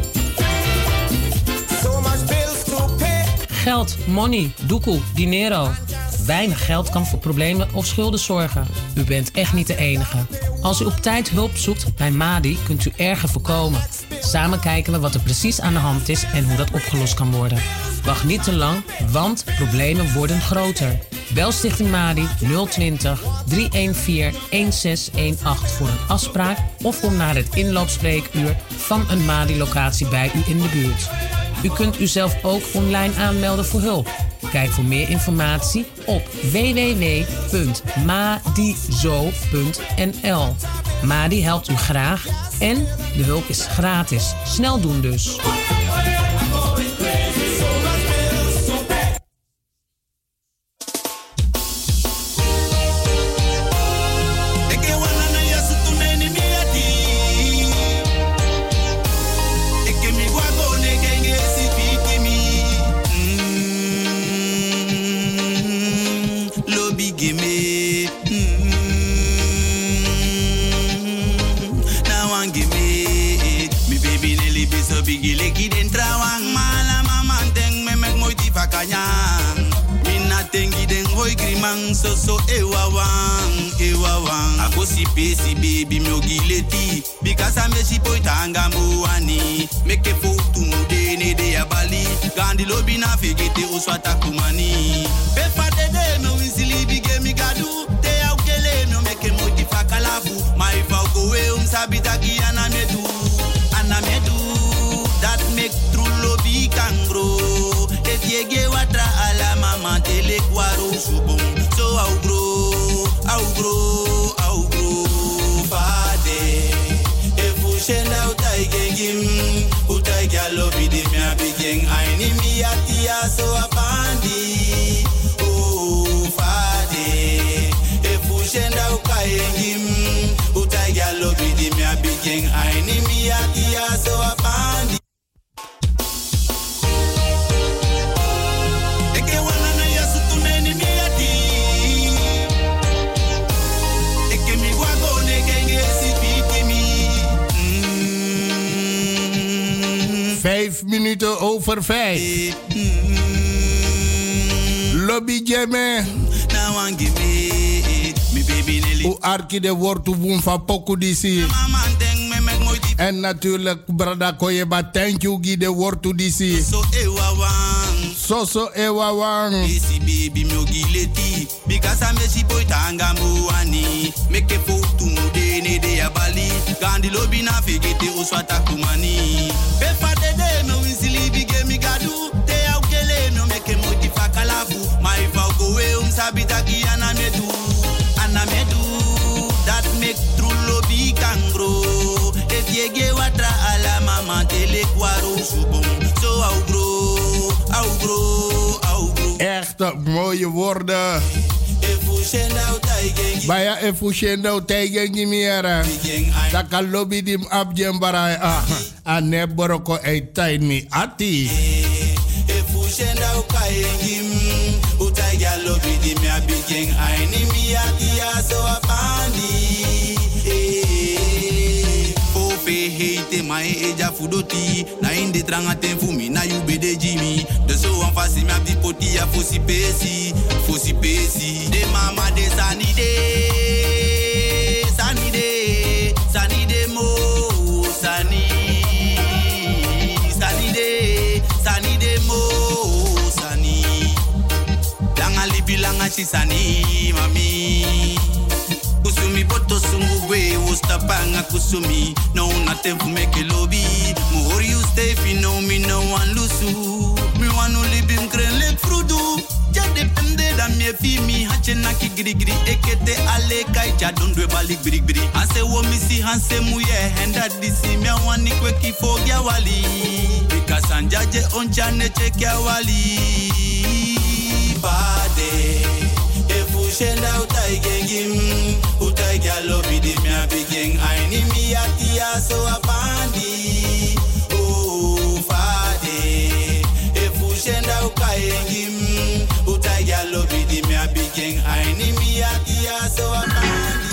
Geld, money, doekoe, dinero. Weinig geld kan voor problemen of schulden zorgen. U bent echt niet de enige. Als u op tijd hulp zoekt bij Madi, kunt u erger voorkomen. Samen kijken we wat er precies aan de hand is en hoe dat opgelost kan worden. Wacht niet te lang, want problemen worden groter. Bel Stichting Madi 020 314 1618 voor een afspraak of kom naar het inloopspreekuur van een Madi-locatie bij u in de buurt. U kunt uzelf ook online aanmelden voor hulp. Kijk voor meer informatie op www.madizo.nl. Madi helpt u graag en de hulp is gratis. Snel doen dus. Bigileki den trawang mala maman teng me mek moi ti fakanyang mina tengi den hoi grimang so ewawang ako si pesi baby mi ogileti because am si poitanga muani make fotu mude ne de abali gandi lobi na fegete uswata kumani be fade de no winsili bige mi gadu te aukele no make moi ti fakalafu my fauko we sabita ki anamedu that make true lobby can grow. If you get water ala mama tele kwaro subong. So I'll grow. Fade. If you send out I gem, utai lobby de me a begin. I need me atia so a bandi. Oh fade. If you send out I gem, utai lobby de me a begin. I need me atia so a bandi. Vijf minuten over 5. Lobby Jemme. O Arki de Wortu Boom van Poku DC. En natuurlijk Brada Koyeba, thank you Guy de Wortu DC. So ewawang. Esi baby mi ogileti because I'm a poitanga muani make a fotu mude ne de abali gandi lobi na fegete uswata kumani be fade de no winsili bige mi gadu te aukele no make moti fakalafu my fauko we sabita ki anamedu that make true lobby can grow if you get water ala mama tele kwaro subong so I'll grow. Echte mooie woorden. Baya efushendo tegen Jimiera. Taka lobby dim abjembarai. Ane boroko ei tain mi ati. Efushenda ukayengim. Utaiga lobby dim abjeng aini mi ati aso apandi. Hate my age fudoti na indi tranga ten fumi na you be de Jimmy de so en face me abdi poti a fosi pesi de mama de sanide mo sanide mo sani langa libi langa chisani mami kusumi poto sungugwe ustapanga kusumi no nothing for make a lobby more you stay if you know me no one lusu me want to live in green lake frudu ja depende da me fi mi hachena ki grigri ekete ale kai ja don dwe balik grigri ase wo mi si hanse muye henda disi me wani kweki fogya wali because anjaje onchane chekya wali bade Shenda utaigengim utaiga lobby di mi abigeng aini mi atia so apandi oh fade efu shenda ukaigengim utaiga lobby di mi abigeng aini mi atia so apandi.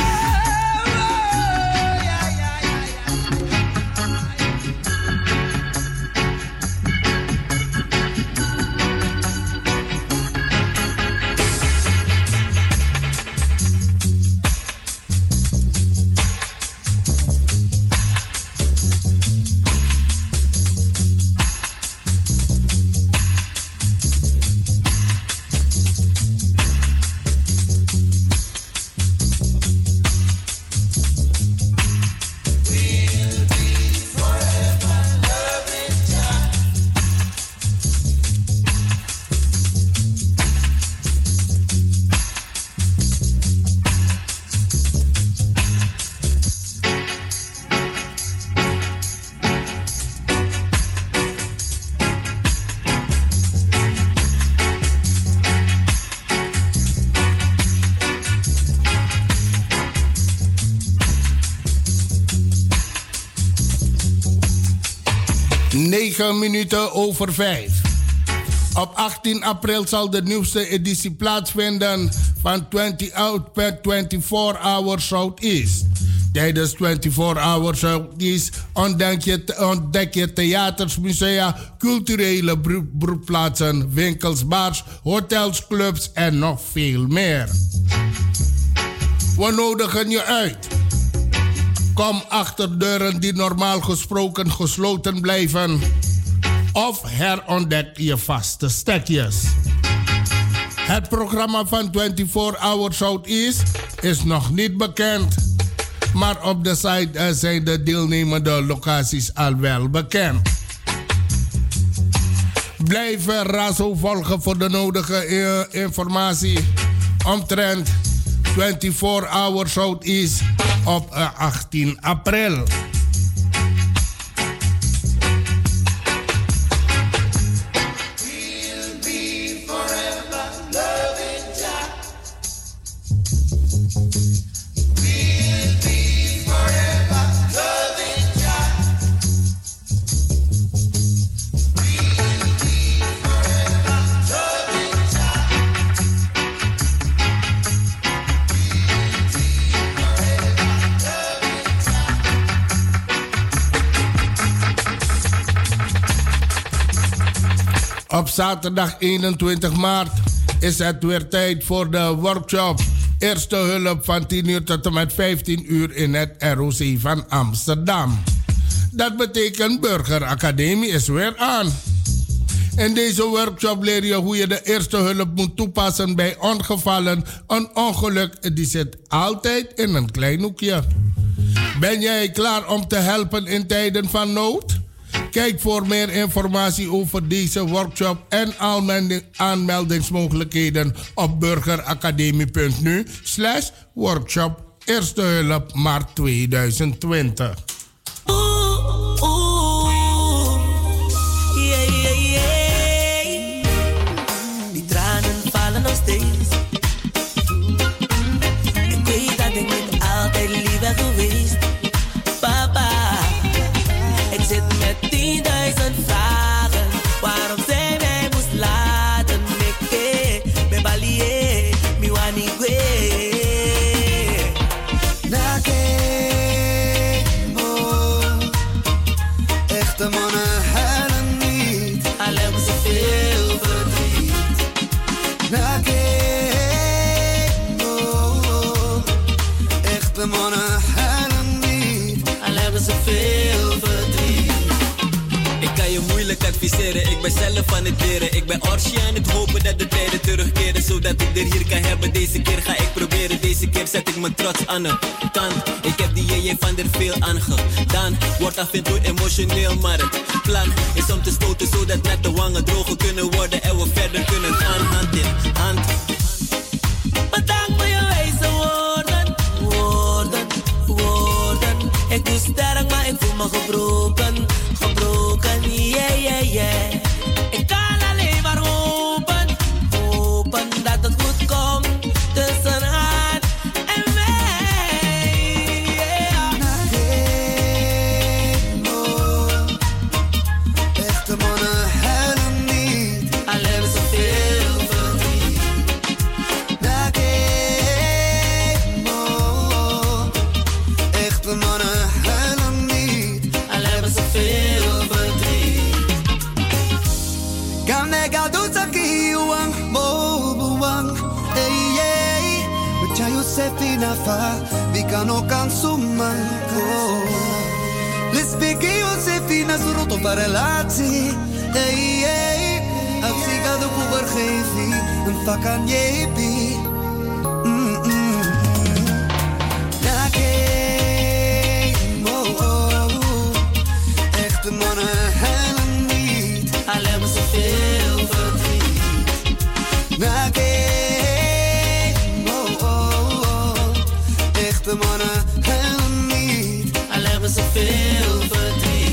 Minuten over 5. Op 18 april zal de nieuwste editie plaatsvinden van 24 Hour Southeast. Tijdens 24 Hour Southeast ontdek je theaters, musea, culturele broedplaatsen, winkels, bars, hotels, clubs en nog veel meer. We nodigen je uit. Kom achter deuren die normaal gesproken gesloten blijven. Of herontdek je vaste stekjes. Het programma van 24 Hour Southeast is nog niet bekend. Maar op de site zijn de deelnemende locaties al wel bekend. Blijf Razo volgen voor de nodige informatie omtrent 24 Hour Southeast op 18 april. Op zaterdag 21 maart is het weer tijd voor de workshop Eerste Hulp van 10 uur tot en met 15 uur in het ROC van Amsterdam. Dat betekent Burgeracademie is weer aan. In deze workshop leer je hoe je de eerste hulp moet toepassen bij ongevallen. Een ongeluk die zit altijd in een klein hoekje. Ben jij klaar om te helpen in tijden van nood? Kijk voor meer informatie over deze workshop en aanmeldingsmogelijkheden op burgeracademie.nu/workshop Eerste Hulp maart 2020. Die tranen vallen nog steeds. denk ik altijd liever geweest. Papa, ik zit met 10.000 vragen. Waarom zij mij moest laten? Meke, me balie, mi wanigwe. Echte mannen huilen niet, al hebben ze veel verdriet. Echte mannen huilen niet, al hebben ze veel verdriet. Ik kan je moeilijk adviseren, ik ben zelf van het leren. Ik ben Orsi aan het hopen dat de tijden terugkeren, zodat ik er hier kan hebben. Deze keer ga ik proberen, deze keer zet ik mijn trots aan de kant. Ik heb die JJ van der veel aangedaan. Wordt af en toe emotioneel, maar het plan is om te stoten, zodat net de wangen droger kunnen worden en we verder kunnen gaan hand in hand. Bedankt voor je wijze woorden, woorden, woorden. Ik doe sterk, maar ik voel me gebroken, gebroken, yeah, yeah, yeah. Ik kan alleen maar hopen, hopen dat het goed komt tussen haar en mij, yeah. echte mannen huilen niet, al hebben ze veel verdriet. Echte mannen huilen niet, al hebben ze veel verdriet. Kan nega doet aki uang, bobo wang, hey hey. Met jou Josefina fa, wie kan ook aan suman ko. Lespeke Josefina surot op een relatie, hey hey. Afziga de poeber geefie, een vak aan jeepie. Echte mannen huilen niet, al hebben ze veel verdriet. Echte mannen huilen niet, al hebben ze veel verdriet.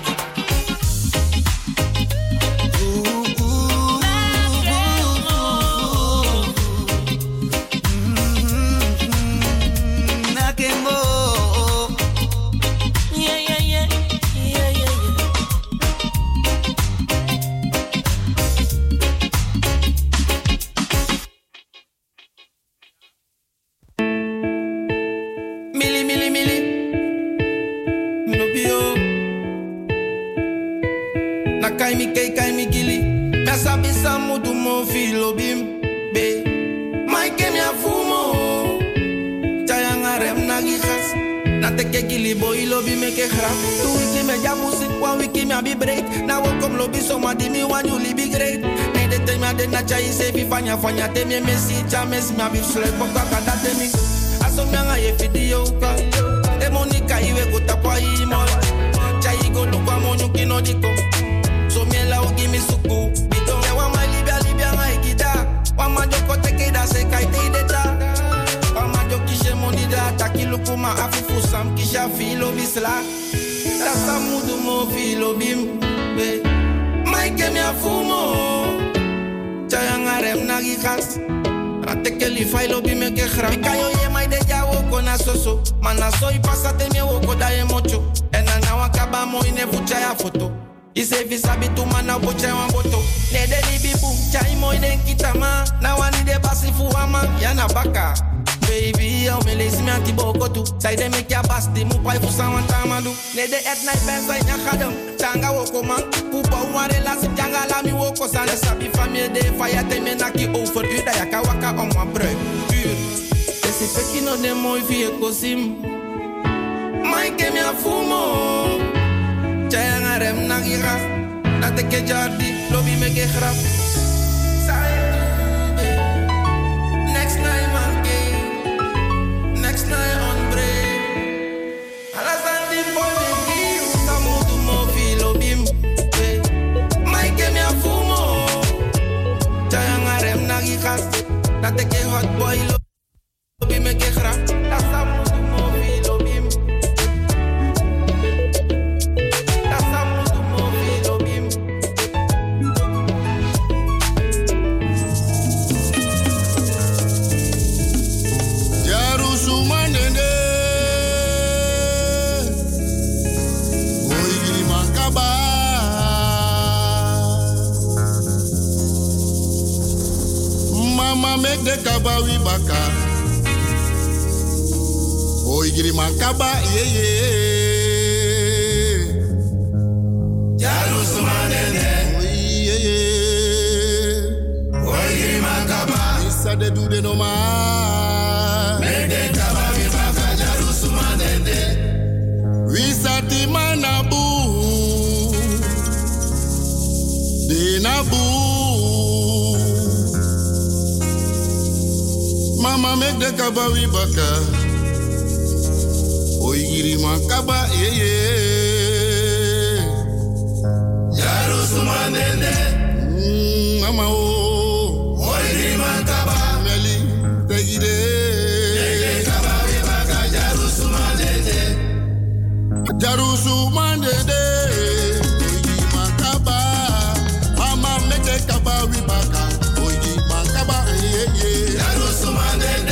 Fanya temi mesi chames mi abi slep boka kada temi asomyanga ye video ka e monika iwe kutapwa imol chai go no kwa monyu kino diko so miela ugi mi suku bidon e wa ma libia ngai kita wa ma joko teke da se kai te deta wa ma joki she monida takilu kuma afufu sam kisha filo bisla da samudu mo filo bim be mai ke mi afumo Chayangarem nagigas Rate que li failo bime que gra Mi kayo ye mai de ya woko na soso Mana soy pasate mi woko da ye mocho Ena na wakaba mo ine fucha ya foto Ise visabi tu mana bocha ya boto Nede li bibu chai mo ine kitama Na wani de basi fuwama Yana baka Baby, eu me lees me antiboko tu Sai de me kia basti mu pai fusa wantamadu Nede et nai pensa ina khadam Changa woko man Pupa uma relatie changa la mi woko san Sabi famille de faya te me naki over u Da yaka waka om wa breuk Uur Esi peki no de moi vie kosim Mai ke mi afumo Changa rem nagi gas Na te ke jardi Lobi me ke grap Next night man Next night on break. Alasandi pode kiu samudu mo filo bim. Mai ke mi afumo. Chayangarem nagigas. Date ke hot boy lo bim me ke gra. Da samudu mo filo bim. Da samudu mo filo bim. Jarusuma make de kaba wi baka. Oi giri man kaba ye ye. Jaru sumanene. Oi ye ye. Oi giri man kaba. Isa de du de no ma. Make de kaba wi baka jaru sumanene. Wisa ti manabu. De nabu. Mama make de kaba wi baka. Oi giri man kaba ye ye. Jaru sumanene. Mama o. Oi giri man kaba. Meli tegide. Ege kaba wi baka jaru sumanene. Jaru sumanene. Oi giri man kaba. Mama make de kaba wi baka. Oi giri man kaba ye ye. Jaru sumanene.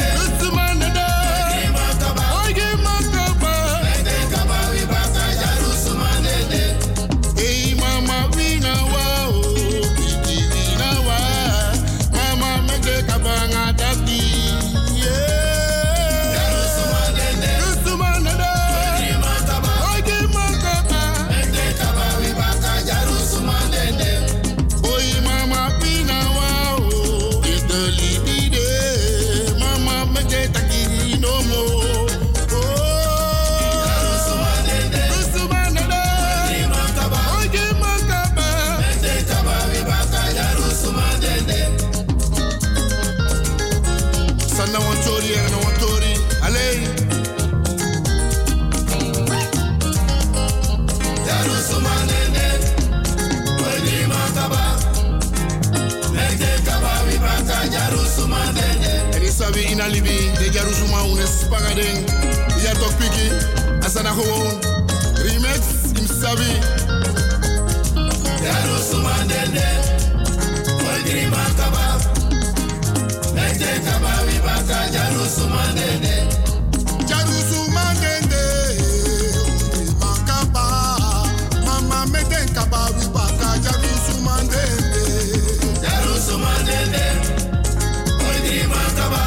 Ina libi de Jarusuma unes pagading ya tok piki asana gewoon remix im sabi Jarusuma dende Oi makaba Mete kaba wi baka Jarusuma dende Jarusuma dende makaba mama mete kaba wi baka Jarusuma dende Jarusuma dende Oi makaba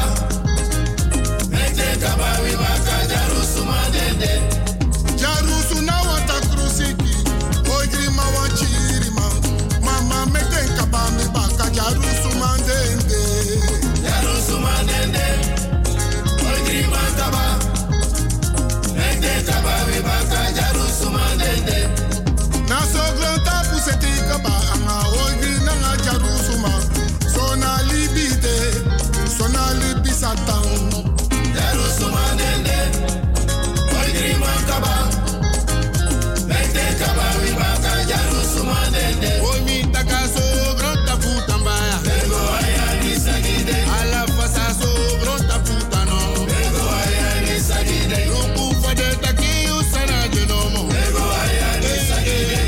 Kaba wi baka Jarusuma dende Jarusu na wata krusiki Oigri ma wachiri ma Mama mete kaba mi baka Jarusuma dende Jarusuma dende Oigri ma kaba Mete kaba wi baka Jarusuma dende Na so glota puseti kaba Anga oigri na nga Jarusuma Sona libide Sona libisatang Jarusuma dende, oi grima kaba, mete kaba wi baka Jarusuma dende. Oi mi takaso grota puta mbaya, bego aya ni sagide. Ala fasa so grota puta no, bego aya ni sagide. Rupu fade taki usana genomo, bego aya ni sagide.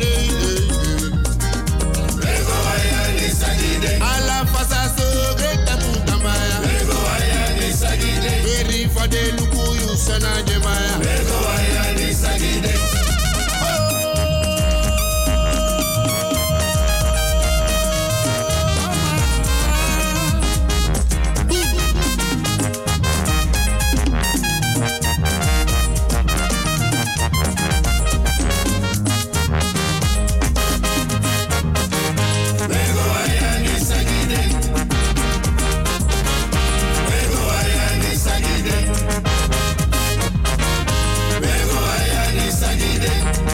Bego aya ni sagide. Ala fasa so grota puta mbaya, bego aya ni sagide. Fade luku yu sana jemaya Bego aya ni sagide Bego aya ni sagide Bego aya ni sagide Bego aya ni sagide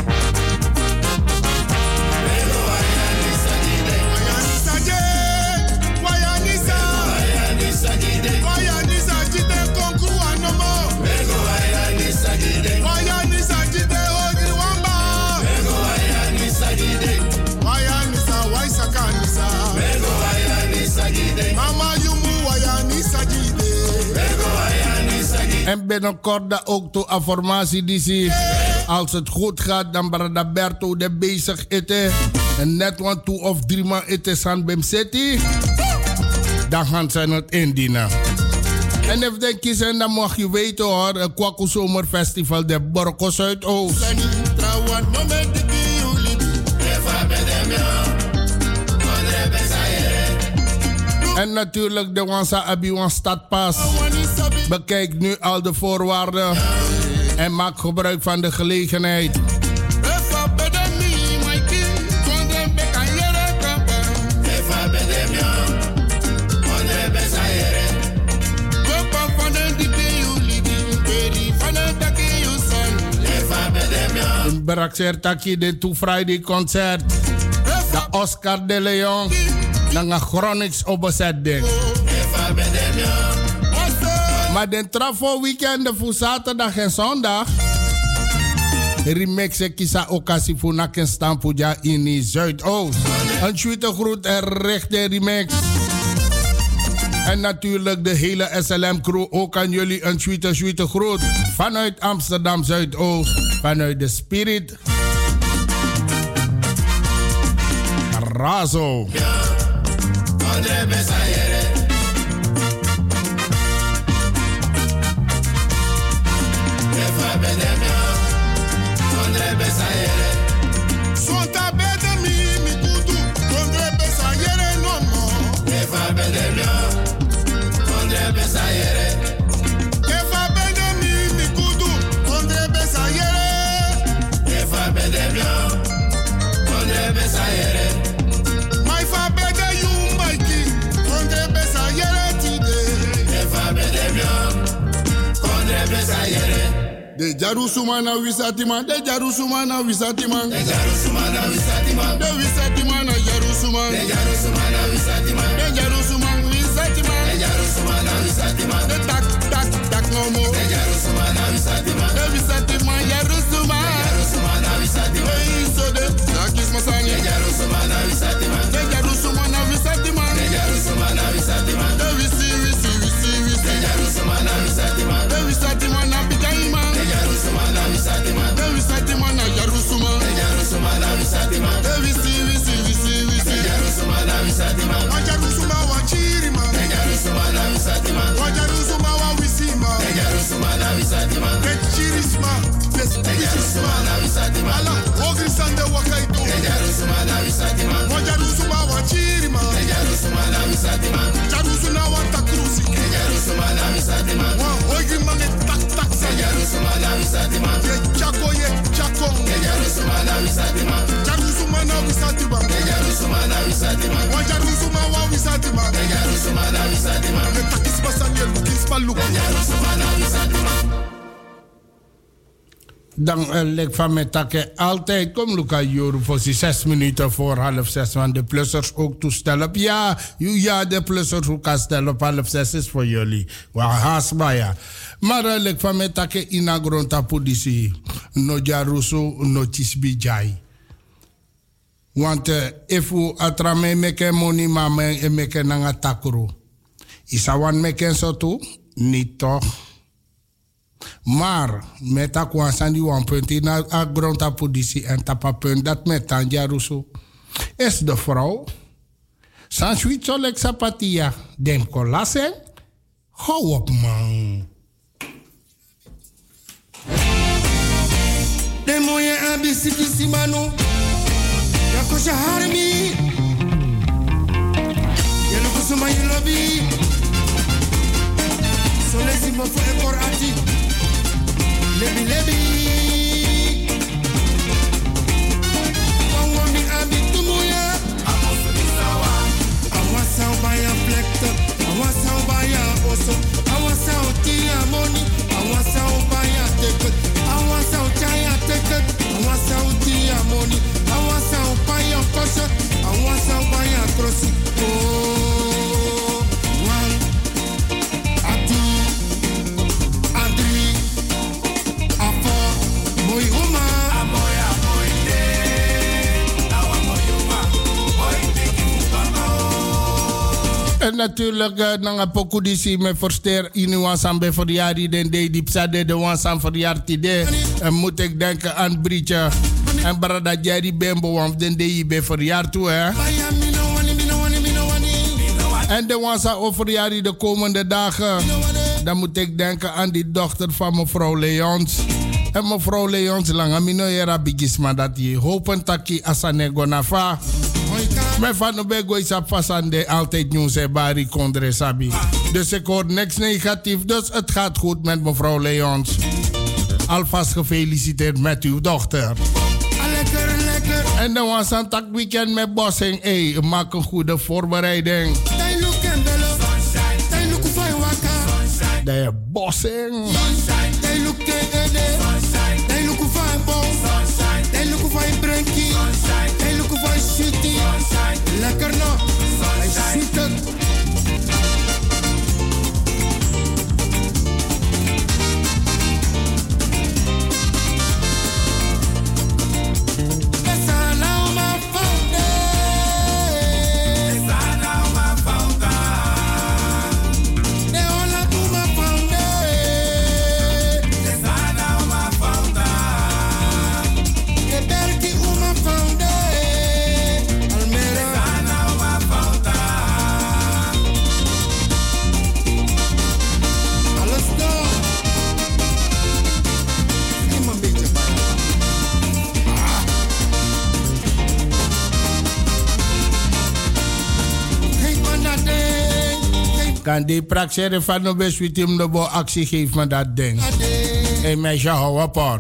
Bego aya ni sagide Waya ni sagide Waya ni sagide konkru anomo Bego aya ni sagide Waya ni sagide ogri wamba Bego aya ni sagide Waya ni sa wai sakanisa Bego aya ni sagide Mama yumu waya ni sagide Bego aya ni sagide En binnenkort ook toe informatie die zie. Als het goed gaat, dan Brada Berto de bezig eten. En net want 2 of 3 man eten san bem city. Dan gaan ze het indienen. En if they kiezen, dan mag je weten hoor. Het Kwaku Zomerfestival de Borko Zuidoost. En natuurlijk de Wansa Abiwan Stadpas. Bekijk nu al de voorwaarden en maak gebruik van de gelegenheid. In Baraxer Taki de Two Friday concert. De Oscar de Leon. Dan een Chronix opzet. Maar de trafo weekend voor zaterdag en zondag. Remix kisa occasie voor naken stampuja in Zuidoost. Een tweede groet en rechte remix. En natuurlijk de hele SLM crew. Ook aan jullie een tweede groet. Vanuit Amsterdam Zuidoost. Vanuit de Spirit. Razo. De Jarusumana Wisatiman, de Jarusumana Wisatiman, de Jarusumana Wisatiman, de Wisatimana Jarusuman, de Jarusumana Wisatiman, de Jarusuman Wisatiman, de Jarusumana Wisatiman, de tak no more, de Jarusumana Wisatiman, de Wisatiman Jarusuman, de Jarusumana Wisatiman, so de Takis Masani, de Jarusumana Wisatiman, de Jarusumana Wisatiman, de Jarusumana Wisatiman, de Wisi, de Jarusumana Wisatiman, de Wisatimana Bigaima. De Wisatimana Jarusuma, de Jarusumana Wisatima, de Wisi, de Jarusumana Wisatima, wa Jarusuma wa Chirima, de Jarusumana Wisatima, wa Jarusuma wa Wisima, de Jarusumana Wisatima, de Chirisma, de Jarusumana Wisatima, ala Ogrisande Wakaito, de Jarusumana Wisatima, wa Jarusuma wa Chirima, de Jarusumana Wisatima, Jarusuna wa Takrusi, de Jarusumana Wisatima, wa Ogrimane tak de Jarusumana Wisatima. Chako ye chako. De Jarusumana Wisatima. Jarusumana Wisatima. De Jarusumana Wisatima. Wa Jarusuma wa Wisatima. De Jarusumana Wisatima. De takis pasanye lukis paluk. De Jarusumana Wisatima. Dan leg van mijn takken altijd. Kom Luca Joru voor 6 minuten voor 5:30. Want de plussers ook toestellen. Ja, de plussers ook kan stellen op 5:30 is voor jullie. Haasbaya. Maar leg van mijn takken in a grondta politie. No jaruso, no tisbijai. Want if u atrame meke moni mama en meke nanga takro. Isawan meke so toe? Niet toch? Maar met akwansan die wan punt in a grondta politie en tapa punt dat met an jaruso. Is de vrouw? San suito lek sapatia. Den kolasen? Hou op man. De mooie abisi mano. Ya kosha harmi. Ya lo kusuma you lobby. So lazy mo for ekor ati. Lebi. Wangwami abi tumuya. Amosu bisawa. Awasa ubaya plekta. Awasa ubaya oso. Awasa utia money. Awasa ubaya teket. Awasa uchaya teket. Awasa utia money. Awasa ubaya kosho. Awasa ubaya krosi. Oh, one, atu, adri, afo, moy uma. Amoya moy de, awa moy uma, moy de kipupano. En natuurlijk nanga poku disi me forster in wansam be verjari den de dipsade de wansam verjarti de. En moet ik denken aan Brietje en Brada Jerry Bembo want den de be verjaar toe hè. En de wansam overjari de komende dagen. Dan moet ik denken aan die dochter van mevrouw Leons. En mevrouw Leons lang amino era bigisma dat je hopen taki asanego nafa. Met van de bego is op vastande altijd nieuws en bari kondre sabi. Dus ik hoor niks negatief, dus het gaat goed met mevrouw Leons. Alvast gefeliciteerd met uw dochter. Lekker, lekker. En dan was een tak weekend met bossing. Hey, maak een goede voorbereiding. De bossing. They look they look fine, boss. They look fine, Brenkie. They look fine, shitty. Lekker nog. Hij ziet het. Kan die praxeren van de beswittim de bo actie geeft me dat ding. Hey meisje, hou op hoor.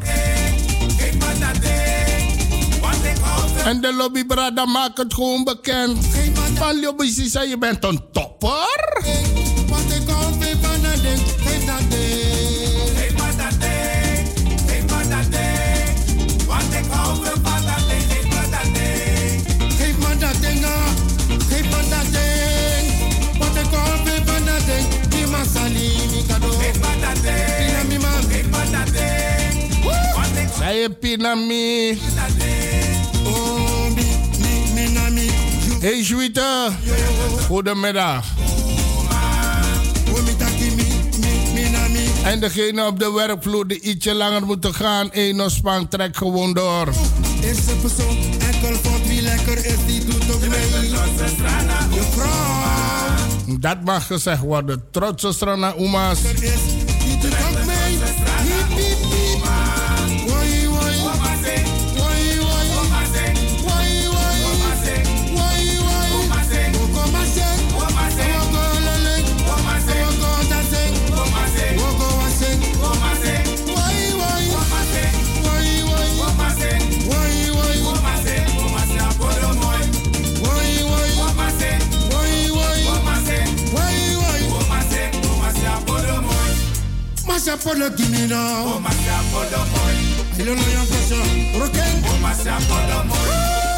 En de lobbybrada maakt het gewoon bekend. Van lobby zei je bent een topper. Wat ik al vind van dat ding, geef dat ding. Geef me dat ding, geef me dat ding. Wat ik al vind van dat ding, geef me dat ding. Geef me dat ding, geef me dat ding. Wat ik al vind van dat ding, die masali, mi kado. Geef me dat ding, pinami man, geef me dat ding. Zij je pinami. Oh, minami. Hey Juite, goedemiddag. En degene op de werkvloer die ietsje langer moeten gaan, één span trek gewoon door. Eerste persoon, enkel vond wie lekker is, die doet ook mee. Je vrouw. Dat mag gezegd worden. Trotse strana umas. Die doet ook mee. Hiep, hiep, hiep. Woi, woi. Woi, woi. Woi, woi. Woi, woi. Woko maseng. Woko leleng. Woko danseng. Woko waseng. Woi, woi. Woi, woi. Woi, woi. Woi, woi. Masha polo kimino. Oh masha polo moy. I don't know your question. Roken. Oh masha polo moy.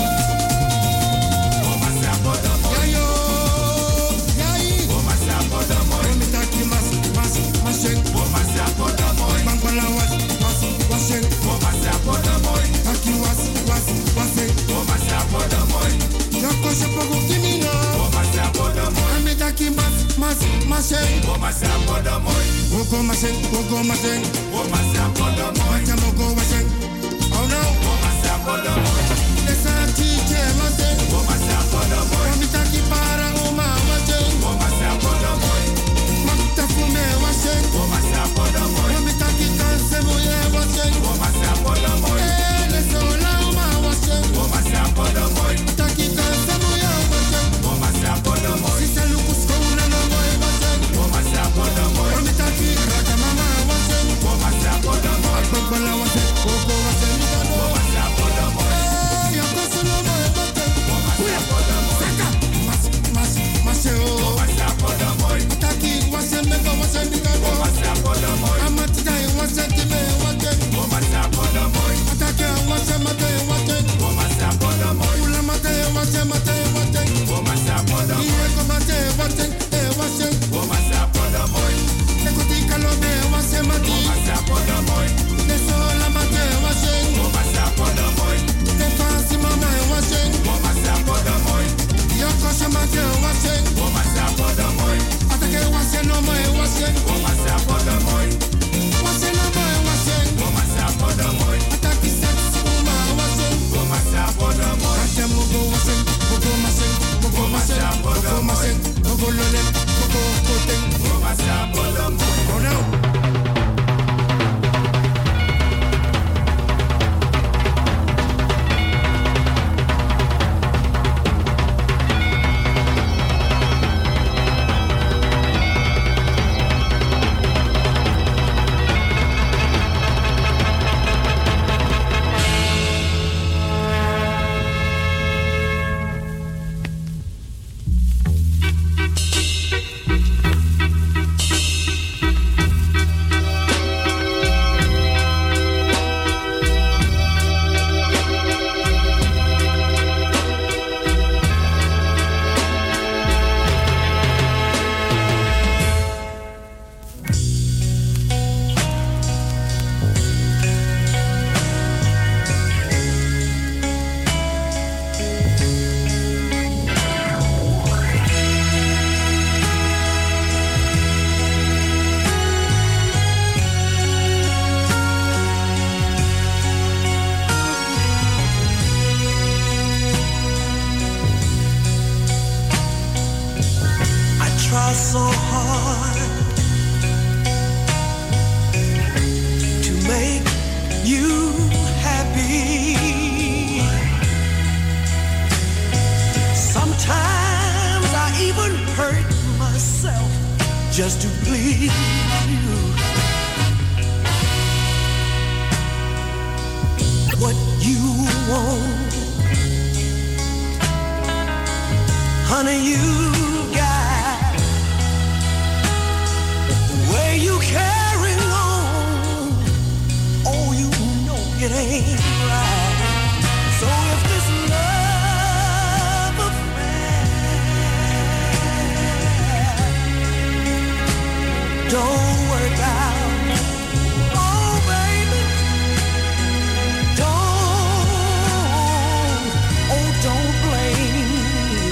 Oh masha polo moy. Yayo. Yayi. Oh masha polo moy. Mitaki mashen. Oh masha polo moy. Bangala washen. Oh masha polo moy. Taki washen. Oh masha polo moy. Yoko shepogo kimino. Oh masha polo moy. Mitaki mashen. Oh masha polo moy. Woko maseng, woko maseng. Oh masya polo moy. Macha moko waseng. Oh no. Oh masya polo moy. Desa chiche maseng. Oh masya polo moy. Mitaki para uma waseng. Oh masya polo moy. Makta fume waseng. Oh masya polo moy. Mitaki kanse muye waseng. Oh masya polo moy. Desa la uma waseng. Oh masya polo moy. Mitaki kanse muye waseng. Oh masya polo moy. Sisa lukus kouna no moy waseng. Oh masya polo moy. Mitaki raja mama waseng. Oh masya polo moy. Akbala waseng. Koko waseng. Oh masya so hard to make you happy. Sometimes I even hurt myself just to please you. What you want, honey, you got the way you carry on. Oh, you know it ain't right. So if this love affair don't work out, oh baby, don't blame me.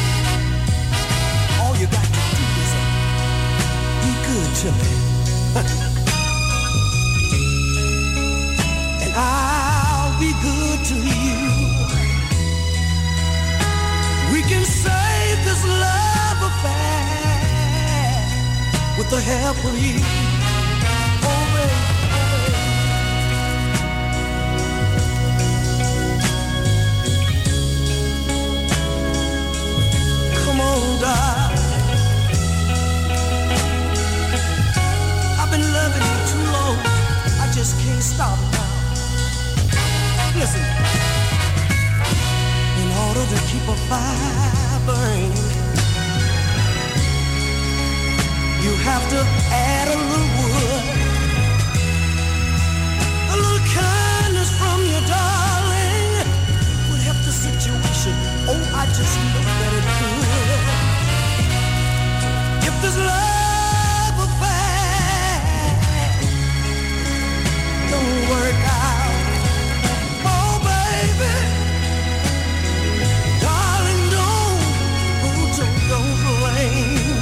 All you got to do is be good to me. And I'll be good to you. We can save this love affair with the help of you. Oh, baby. Come on, darling. I've been loving you too long. I just can't stop now. Listen. In order to keep a fire burning, you have to add a little wood, a little kindness from your darling would help the situation. Oh, I just know that it could. If this love affair don't work out, oh baby, darling, don't blame.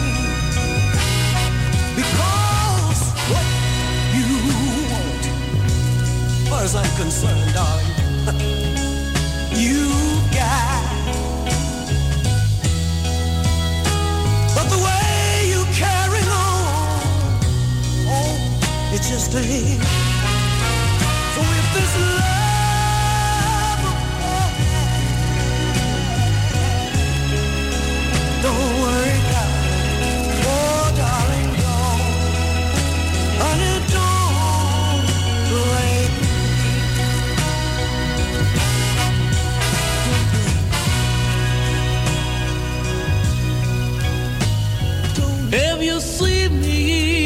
Because what you want, as far as I'm concerned, darling, you got. But the way you carry on, oh, it just ain't. So if this love don't work out, oh darling, don't, honey, don't blame. If you see me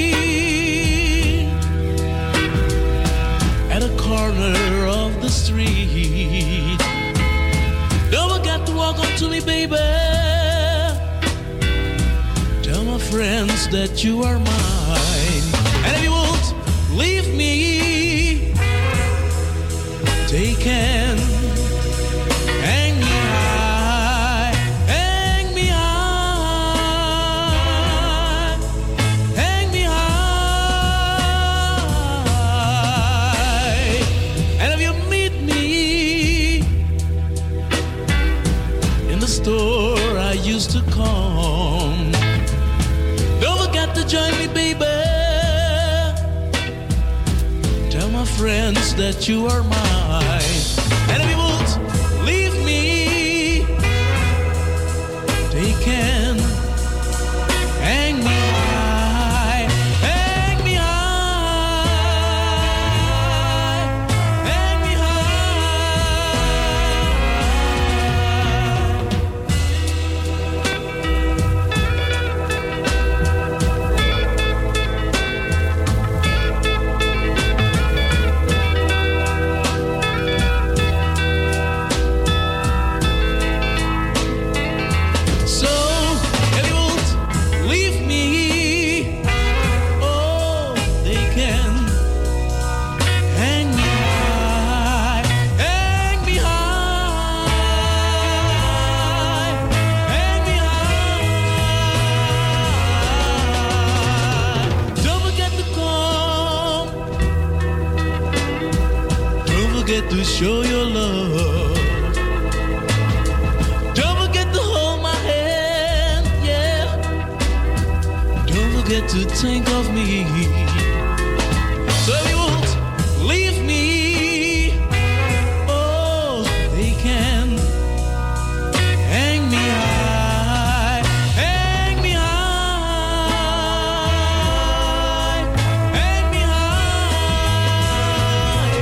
at a corner of the street, don't forget to walk up to me, baby. Tell my friends that you are mine. And if you won't leave me, take and hang me high, hang me high, hang me high. And if you meet me in the store I used to come, don't forget to join me, baby. Tell my friends that you are mine. And if you won't leave me, they can hang me high, hang me high, hang me So if you won't leave me, oh, they can hang me high, hang me high, hang me high. Don't forget to come, don't forget to show your love. Don't forget to hold my hand, yeah. forget to think of me. So you won't leave me. Oh, they can hang me high, hang me high, hang me high.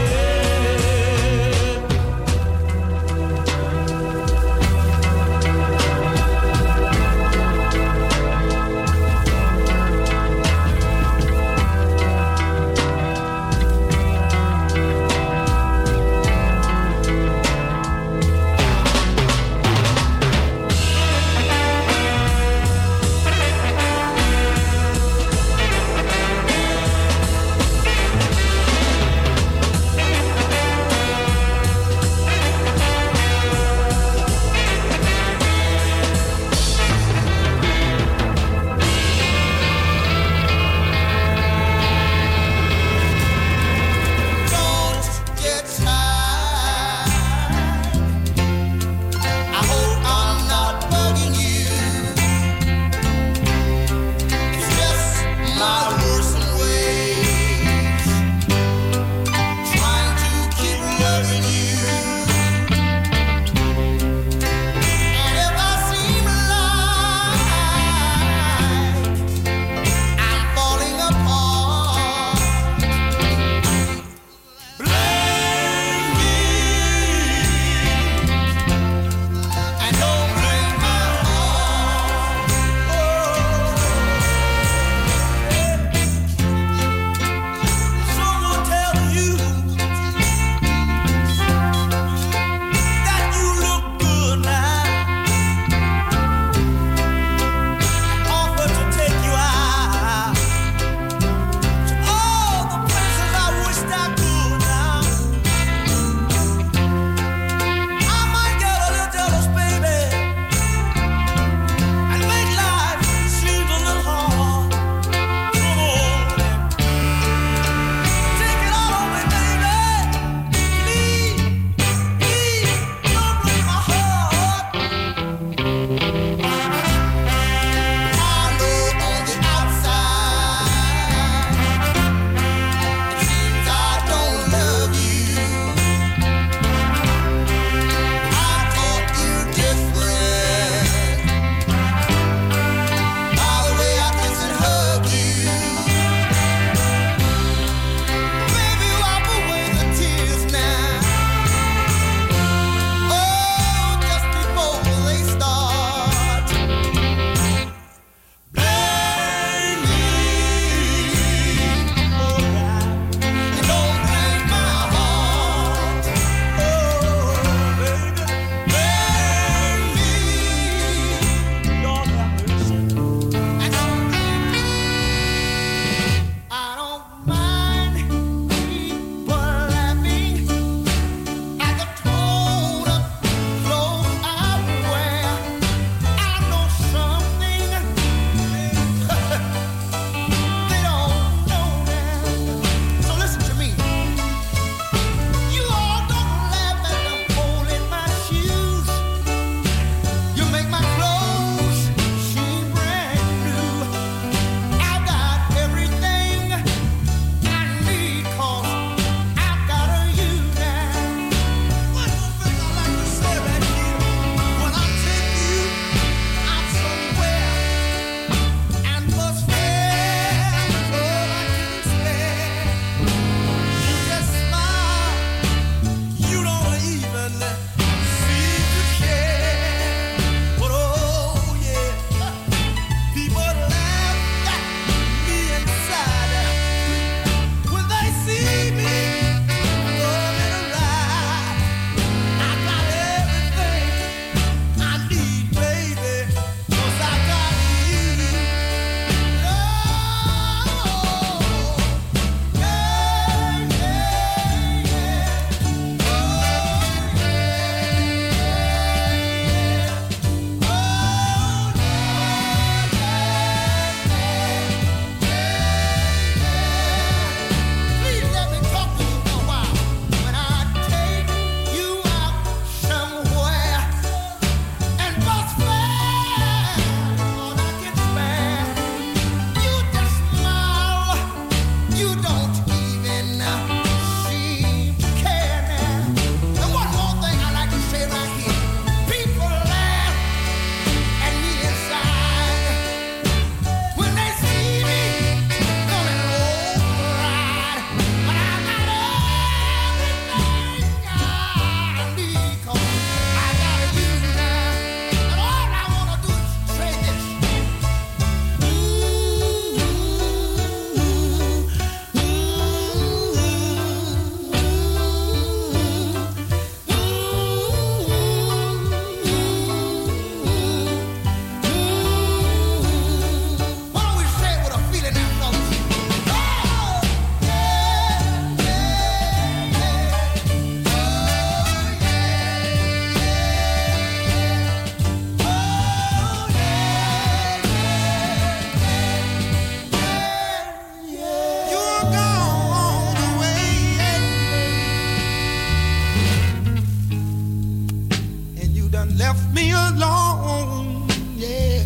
left me alone. Yeah,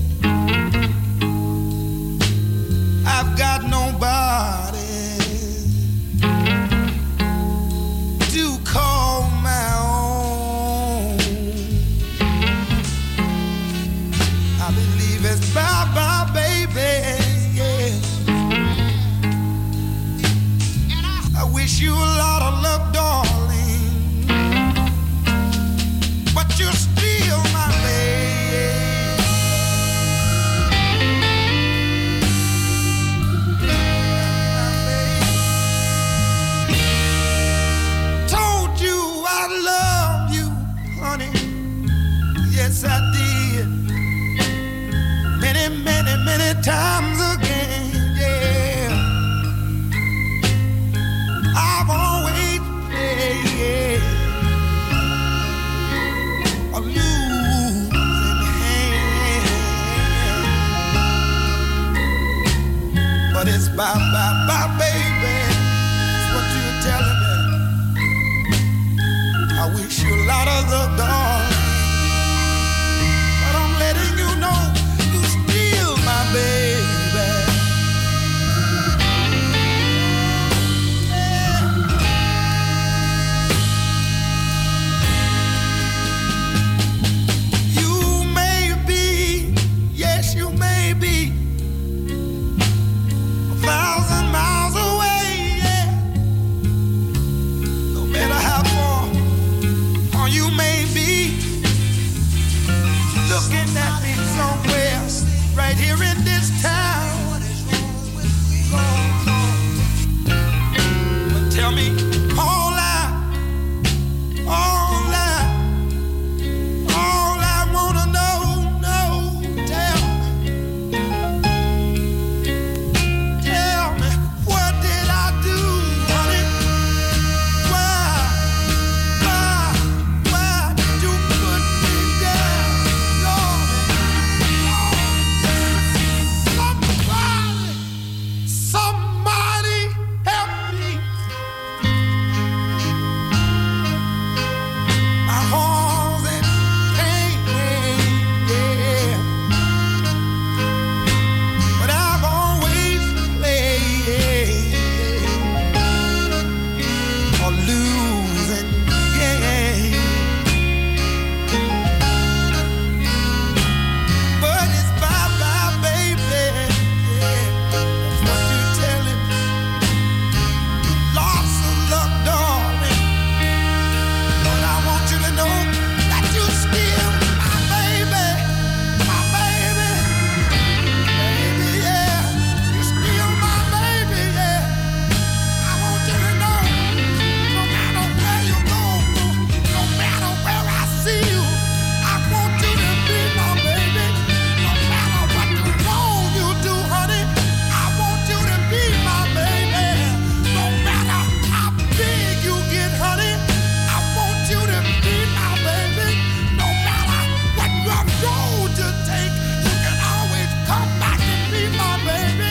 I've got nobody to call my own. I believe it's bye-bye, baby. Yeah, I wish you a lot of luck, darling, but you're still my baby. Told you I love you, honey. Yes, I did. Many, many, many times again. Yeah, I've always played a losing hand, but it's bye, bye, bye, baby. That's what you're telling me. I wish you a lot of luck, darling, but I'm letting you know you're still my baby. You may be, yes, you may be 1,000 miles away, yeah. No matter how far, or you may be looking at me somewhere right here in this town. But tell me all I wanna know, tell me, what did I do, honey? Why did you put me down, somebody help me. My heart's in pain, yeah. But I've always played a losing game. But it's bye-bye, baby. Yeah, that's what you're telling me. Lots of luck, darling. But I want you to know that you're still my baby. My baby. Baby, yeah. You're still my baby, yeah. I want you to know, no matter where you go, no matter where I see you, I want you to be my baby. No matter what wrong you do, honey, I want you to be my baby. No matter how big you get, honey, I want you to be my baby. No matter what rough road you take, you can always come back and be my baby.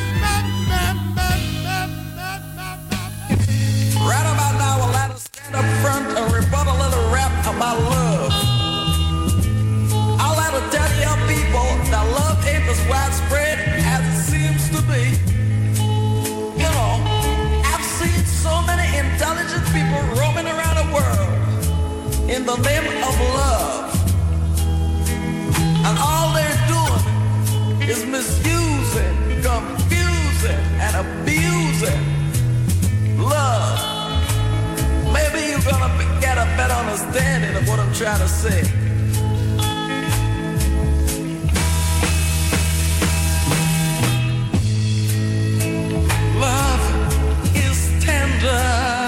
Right about now, I'll let us stand up front and rebut a little rap about love. I'll let her tell you people that love ain't as widespread as it seems to be. You know, I've seen so many intelligent people roaming around the world in the name of love. And all they're doing is misusing, confusing, and abusing love. Maybe you're gonna get a better understanding of what I'm trying to say. Love is tender,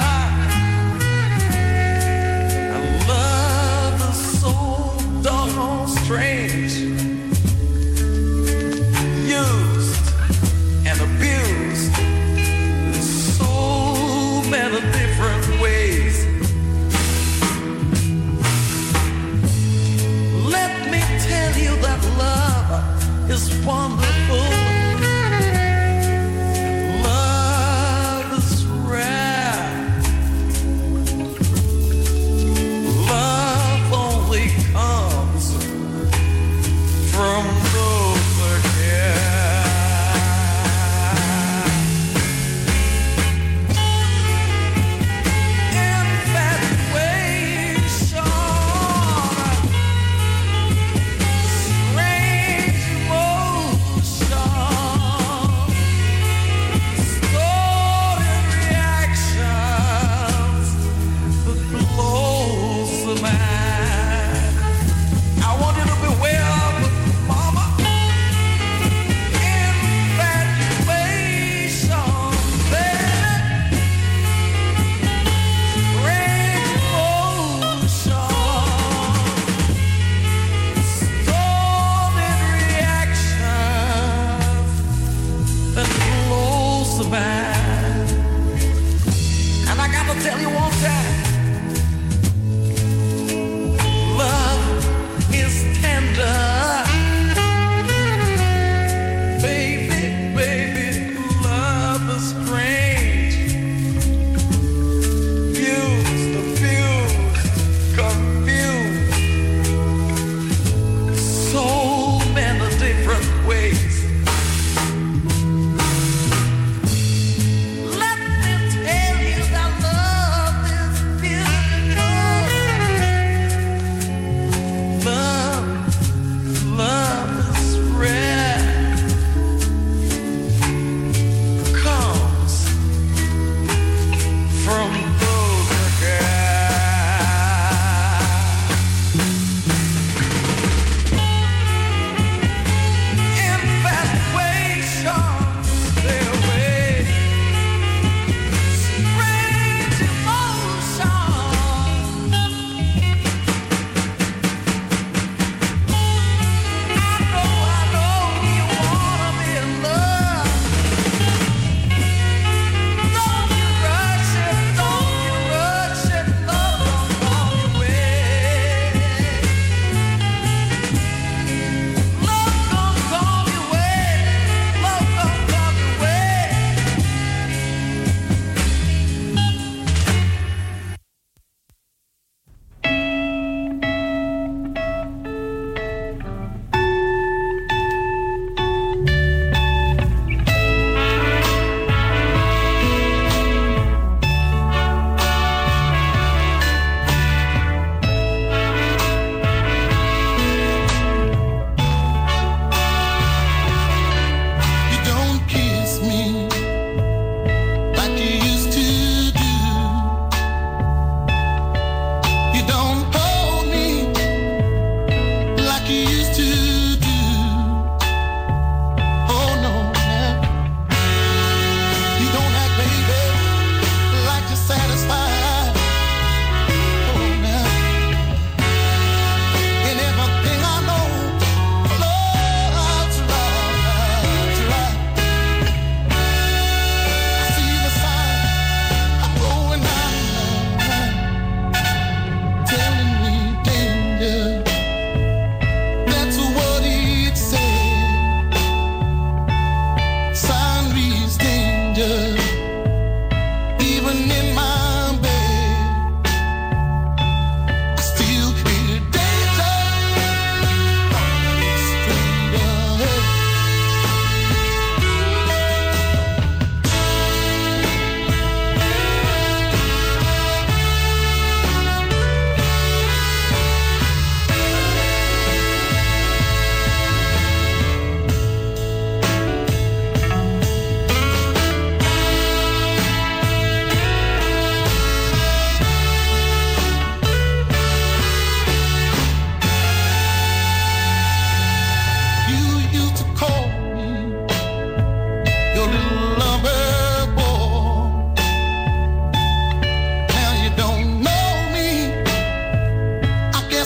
and love is so doggone strange. Used and abused in so many different ways.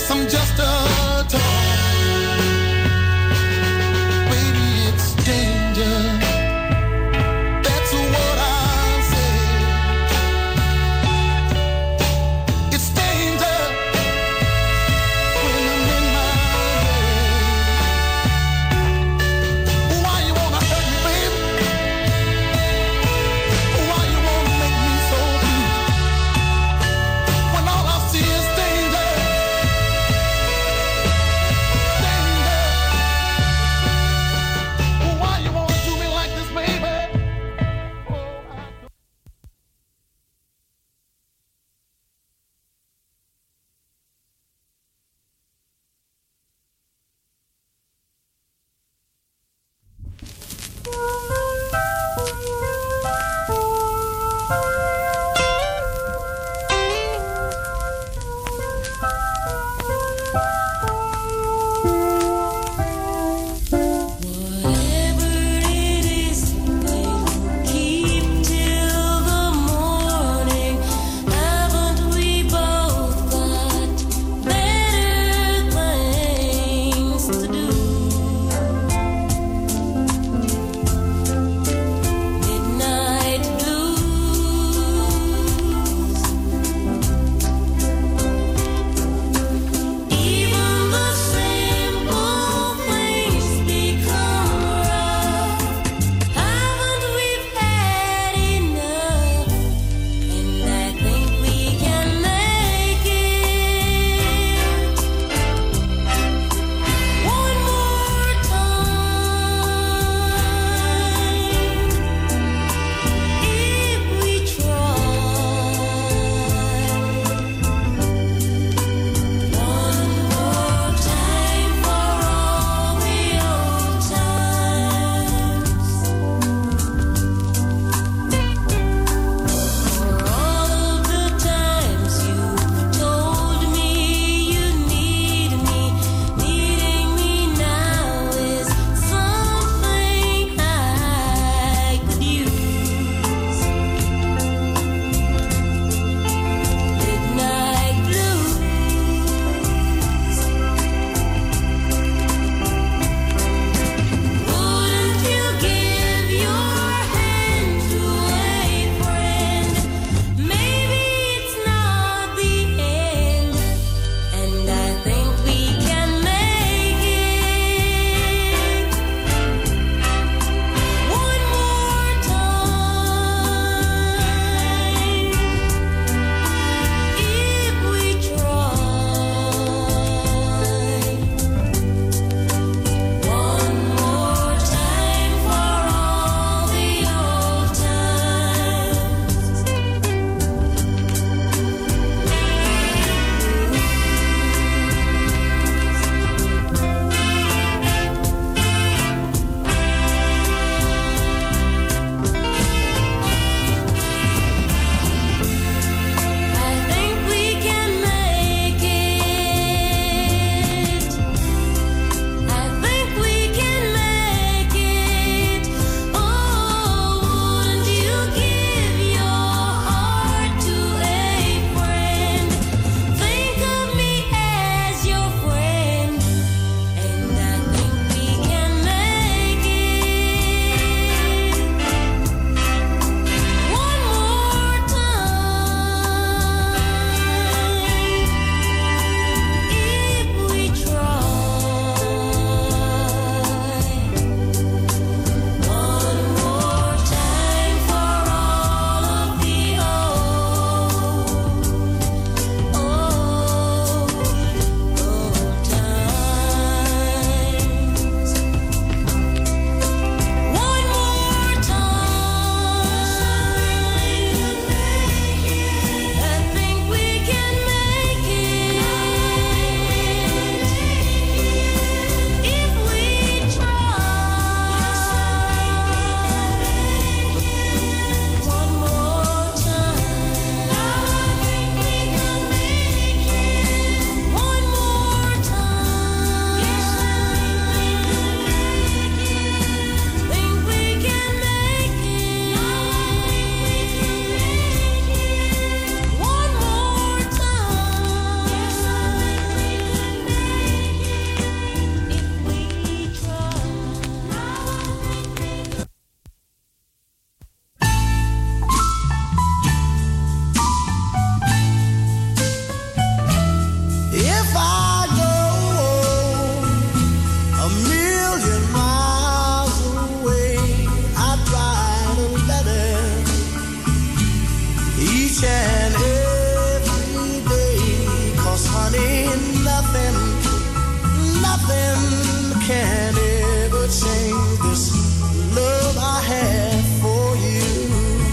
I'm just a toy. Baby, it's danger. That's what I say. It's danger when I'm in my bed. Why you wanna hurt me, baby? Why you wanna make me so blue? When all I see is danger. can't ever change this love I have for you.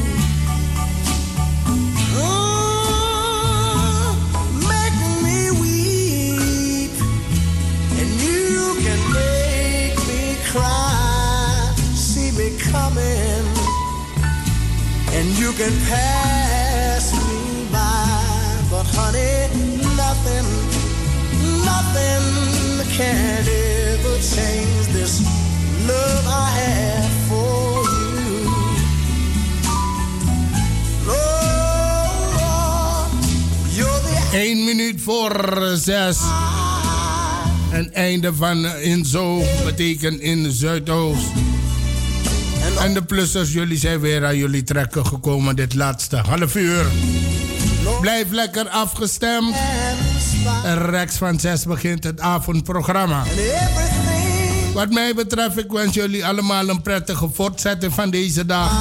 Make me weep, and you can make me cry. See me coming, and you can pass me by, but honey, nothing can ever change this love I have for you. Lord, you're the 1 minuut voor 6. Een einde van in zo betekent in Zuidoost. En de plussers, jullie zijn weer aan jullie trekken gekomen dit laatste half uur. Blijf lekker afgestemd. Rechts van 6 begint het avondprogramma. Wat mij betreft, ik wens jullie allemaal een prettige voortzetting van deze dag.